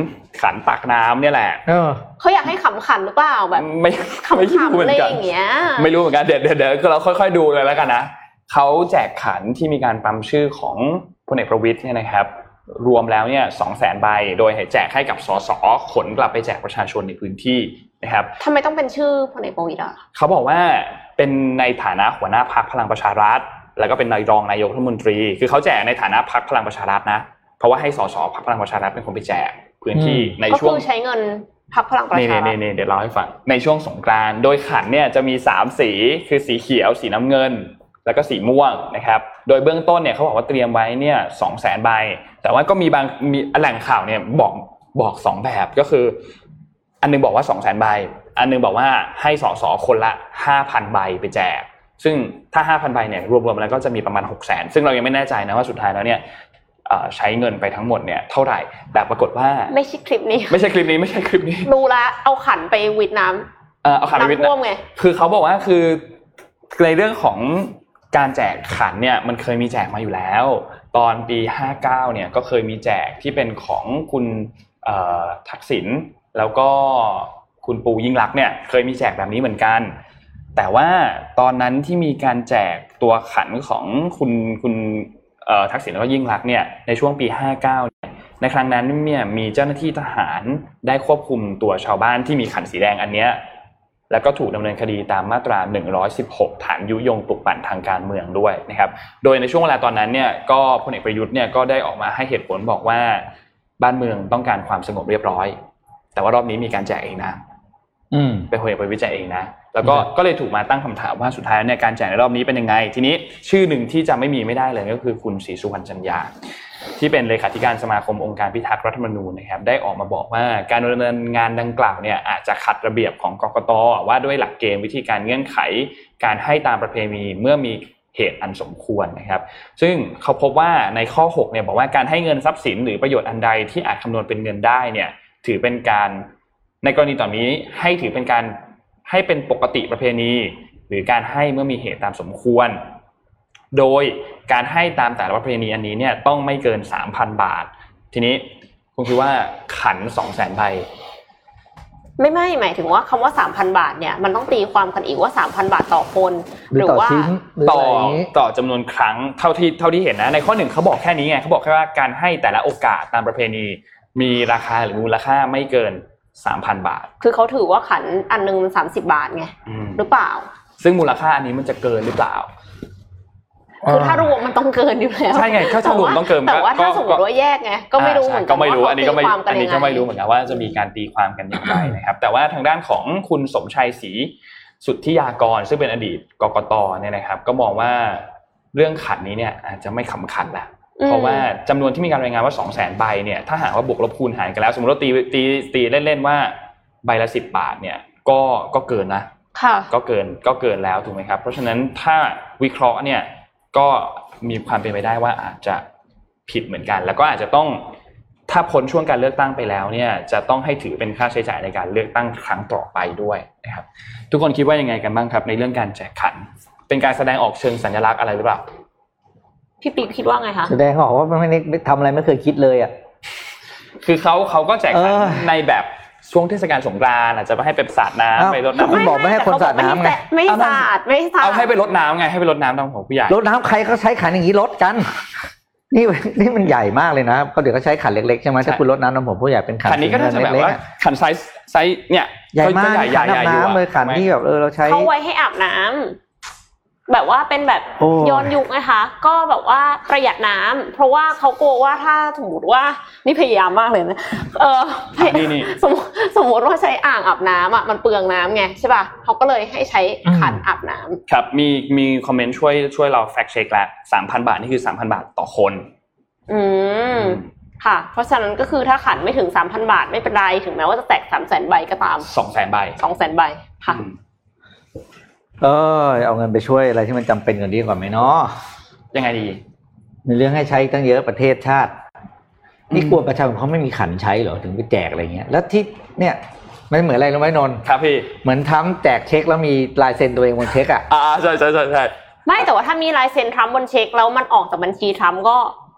ขันตักน้ำเนี่ยแหละเออเขาอยากให้ขำขันหรือเปล่าแบบไม่ขำๆอะไรอย่างเงี้ยไม่รู้เหมือนกันเดี๋ยวเดี๋ยวเราค่อยๆดูเลยแล้วกันนะเขาแจกขันที่มีการปั๊มชื่อของพลเอกประวิตรเนี่ยนะครับรวมแล้วเนี่ย สองแสน ใบโดยให้แจกให้กับสสขนกลับไปแจกประชาชนในพื้นที่นะครับทำไมต้องเป็นชื่อพลเอกประวิตรอ่ะเขาบอกว่าเป็นในฐานะหัวหน้าพรรคพลังประชารัฐแล้วก็เป็นนายรองนายกรัฐมนตรีคือเขาแจกในฐานะพรรคพลังประชารัฐนะเพราะว่าให้สสพรรคพลังประชารัฐเป็นคนไปแจกพื้นที่ในช่วงก็คือใช้เงินพรรคพลังประชารัฐนี่ๆๆเดี๋ยวเล่าให้ฟังในช่วงสงกรานต์โดยขันเนี่ยจะมีสามสีคือสีเขียวสีน้ำเงินแล้วก็สีม่วงนะครับโดยเบื้องต้นเนี่ยเขาบอกว่าเตรียมไว้เนี่ย สองแสน ใบแต่ว่าก็มีบางมีแหล่งข่าวเนี่ยบอกบอกสองแบบก็คืออันนึงบอกว่า สองแสน ใบอันนึงบอกว่าให้สสคนละ ห้าพัน ใบไปแจกซึ่งถ้า ห้าพัน ใบเนี่ยรวมๆแล้วก็จะมีประมาณ หกแสน ซึ่งเรายังไม่แน่ใจนะว่าสุดท้ายแล้วเนี่ยใช้เงินไปทั้งหมดเนี่ยเท่าไหร่แต่ปรากฏว่าไม่ใช่คลิปนี้ไม่ใช่คลิปนี้ไม่ใช่คลิปนี้ดูละเอาขันไปวิดน้ำเออเอาขันไปวิดน้ำคือเขาบอกว่าคือในเรื่องของการแจกขันเนี่ยมันเคยมีแจกมาอยู่แล้วตอนปีห้าเก้าเนี่ยก็เคยมีแจกที่เป็นของคุณเอ่อทักษิณแล้วก็คุณปูยิ่งลักษณ์เนี่ยเคยมีแจกแบบนี้เหมือนกันแต่ว่าตอนนั้นที่มีการแจกตัวขันของคุณคุณเอ่อทักษิณแล้วก็ยิ่งลักษณ์เนี่ยในช่วงปีห้าเก้าเนี่ยในครั้งนั้นเนี่ยมีเจ้าหน้าที่ทหารได้ควบคุมตัวชาวบ้านที่มีขันสีแดงอันเนี้ยแล้วก็ถูกดำเนินคดีตามมาตราหนึ่งร้อยสิบหกฐานยุยงปลุกปั่นทางการเมืองด้วยนะครับโดยในช่วงเวลาตอนนั้นเนี่ยก็พลเอกประยุทธ์เนี่ยก็ได้ออกมาให้เหตุผลบอกว่าบ้านเมืองต้องการความสงบเรียบร้อยแต่ว่ารอบนี้มีการแจกเองนะอืมเป็นพลเอกประวิตรแจกเองนะแล้วก็ก็เลยถูกมาตั้งคำถามว่าสุดท้ายเนี่ยการแจกในรอบนี้เป็นยังไงทีนี้ชื่อหนึ่งที่จะไม่มีไม่ได้เลยก็คือคุณศรีสุวรรณจันยาที่เป็นเลขาธิการสมาคมองค์การพิทักษ์รัฐธรรมนูญนะครับได้ออกมาบอกว่าการดำเนินงานดังกล่าวเนี่ยอาจจะขัดระเบียบของกกต.ว่าด้วยหลักเกณฑ์วิธีการเงื่อนไขการให้ตามประเพณีเมื่อมีเหตุอันสมควรนะครับซึ่งเขาพบว่าในข้อหกเนี่ยบอกว่าการให้เงินทรัพย์สินหรือประโยชน์อันใดที่อาจคำนวณเป็นเงินได้เนี่ยถือเป็นการในกรณีต่อนี้ให้ถือเป็นการให้เป็นปกติประเพณีหรือการให้เมื่อมีเหตุตามสมควรโดยการให้ตามแต่ละประเพณีอันนี้เนี่ยต้องไม่เกิน สามพัน บาททีนี้คุณคิดว่าขัน สองแสน ใบไม่ไม่หมายถึงว่าคำว่า สามพัน บาทเนี่ยมันต้องตีความกันอีกว่า สามพัน บาทต่อคนหรือว่าต่อต่อจำนวนครั้งเท่าที่เท่าที่เห็นนะในข้อหนึ่งเขาบอกแค่นี้ไงเขาบอกแค่ว่าการให้แต่ละโอกาสตามประเพณีมีราคาหรือมูลค่าไม่เกิน สามพัน บาทคือเขาถือว่าขันอันนึงมันสามสิบบาทไงหรือเปล่าซึ่งมูลค่าอันนี้มันจะเกินหรือเปล่าคือถ้ารวมมันต้องเกินอยู่แล้วใช่ไงถ้ารวมต้องเกินแต่ว่าถ้าสมมติว่าแยกไงก็ไม่รู้เหมือนกันก็ไม่รู้อันนี้ก็ไม่อันนี้ก็ไม่รู้เหมือนกันว่าจะมีการตีความกันอย่างไรนะครับแต่ว่าทางด้านของคุณสมชัยศรีสุทธิยากรซึ่งเป็นอดีตกกต.เนี่ยนะครับก็มองว่าเรื่องขันนี้เนี่ยอาจจะไม่ขำขันละเพราะว่าจำนวนที่มีการรายงานว่า สองแสน ใบเนี่ยถ้าหากว่าบวกลบคูณหารกันแล้วสมมติเราตีตีตีเล่นๆว่าใบละสิบบาทเนี่ยก็ก็เกินนะค่ะก็เกินก็เกินแล้วถูกไหมครับเพราะฉะนั้นถ้าวิเคราะห์เนี่ยก็มีความเป็นไปได้ว่าอาจจะผิดเหมือนกันแล้วก็อาจจะต้องถ้าพ้นช่วงการเลือกตั้งไปแล้วเนี่ยจะต้องให้ถือเป็นค่าใช้จ่ายในการเลือกตั้งครั้งต่อไปด้วยนะครับทุกคนคิดว่ายังไงกันบ้างครับในเรื่องการแจกขันเป็นการแสดงออกเชิงสัญลักษณ์อะไรหรือเปล่าพี่ปิ๊กคิดว่าไงคะแสดงออกว่าไม่ได้ทำอะไรไม่เคยคิดเลยอ่ะคือเขาเขาก็แจกขันในแบบช่วงเทศกาลสงกรานต์อาจจะให้ไปสาดน้ำไปรดน้ำไม่บอกไม่ให้คนสาดน้ำไงไม่สาดไม่สาดเอาให้ไปรดน้ำไงให้ไปรดน้ำตามหัวผู้ใหญ่รดน้ำใครก็ใช้ขันอย่างนี้รดกันนี่นี่มันใหญ่มากเลยนะเขาเดี๋ยวก็ใช้ขันเล็กๆใช่ไหมถ้าคุณรดน้ำตามหัวผู้ใหญ่เป็นขันขันนี้ก็น่าจะแบบว่าขันไซส์ไซส์เนี่ยใหญ่มากขันน้ำเลยขันที่แบบเออเราใช้เขาไว้ให้อาบน้ำแบบว่าเป็นแบบย้อนยุคนะคะก็แบบว่าประหยัดน้ำเพราะว่าเขากลัวว่าถ้าสมมติว่านี่พยายามมากเลยนะเออสมมติสมมติว่าใช้อ่างอาบน้ำอ่ะมันเปลืองน้ำไงใช่ป่ะเขาก็เลยให้ใช้ขันอาบน้ำครับมีมีคอมเมนต์ช่วยช่วยเราแฟกเช็คแล้ว สามพัน บาทนี่คือ สามพัน บาทต่อคนอืมค่ะเพราะฉะนั้นก็คือถ้าขันไม่ถึง สามพัน บาทไม่เป็นไรถึงแม้ว่าจะแตก สามแสน ใบก็ตามสองแสน ใบสองแสน ใบค่ะเออเอาเงินไปช่วยอะไรที่มันจำเป็นก่อนดีกว่าไหมเนาะยังไงดีมีเรื่องให้ใช้ตั้งเยอะประเทศชาตินี่กลัวประชาชนเขาไม่มีขันใช้เหรอถึงไปแจกอะไรเงี้ยแล้วที่เนี่ยมันเหมือนอะไรรู้ไหมนนท์ครับพี่เหมือนทำแจกเช็คแล้วมีลายเซ็นตัวเองบนเช็คอ่ะอ่าใช่ใช่ใช่ใช่ไม่แต่ว่าถ้ามีลายเซ็นทรัมป์บนเช็คแล้วมันออกจากบัญชีทรัมป์ก็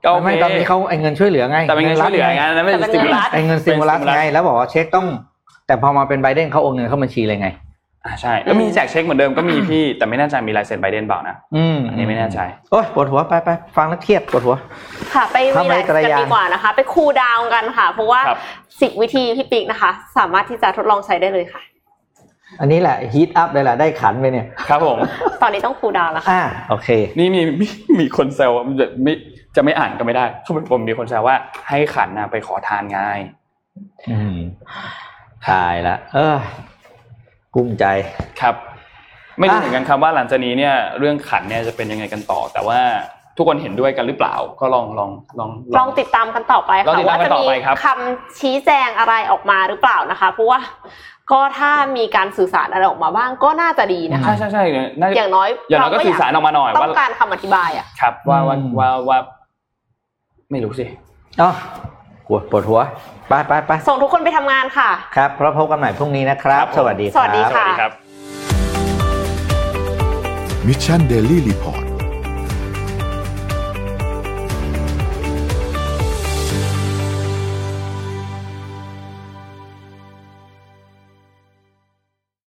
ก็โอเคไม่ตอนนี้เขาไอ้เงินช่วยเหลือไงแต่เป็นเงินช่วยเหลือไงนั่นเป็นสติมูลัสไอ้เงินสติมูลัสไงแล้วบอกว่าเช็คต้องแต่พอมาเป็นไบเดนเขาโอนเงินเข้าบัญชีเลยไงอ่าใช่แล้วมีแจกเช็คเหมือนเดิมก็มีพี่แต่ไม่แน่ใจมีลายเซ็นไบเดนเปล่านะอืมอันนี้ไม่แน่ใจโอ๊ยปวดหัวไปไปฟังแล้วเครียดปวดหัวค่ะไปรีแลกซ์กันดีกว่านะคะไปคูลดาวน์กันค่ะเพราะว่าสิบวิธีพี่ปิ๊กนะคะสามารถที่จะทดลองใช้ได้เลยค่ะอันนี้แหละฮีทอัพเลยแหละได้ขันไปเนี่ยครับผมตอนนี้ต้องคูลดาวน์แล้วค่ะอ่าโอเคนี่มีมีมีคนแซวจะไม่จะไม่อ่านก็ไม่ได้เขาผมมีคนแซวว่าให้ขันนะไปขอทานง่ายอืมตายละเออกุ้มใจครับไม่รู้เหมือนกันครับว่าหลังจากนี้เนี่ยเรื่องขันเนี่ยจะเป็นยังไงกันต่อแต่ว่าทุกคนเห็นด้วยกันหรือเปล่าก็ลองลองลองลองติดตามกันต่อไปค่ะว่าจะมีคำชี้แจงอะไรออกมาหรือเปล่านะคะเพราะว่าก็ถ้ามีการสื่อสารอะไรออกมาบ้างก็น่าจะดีนะคะใช่ใช่ๆอย่างน้อยอย่างน้อยก็สื่อสารออกมาหน่อยว่าต้องการคำอธิบายอ่ะครับว่าว่าว่าว่าไม่รู้สิอ๋อปวดปวดหัวไปไปไปส่งทุกคนไปทำงานค่ะครับแล้วพบกันใหม่พรุ่งนี้นะครับสวัสดีครับสวัสดีค่ะ Mission Daily Report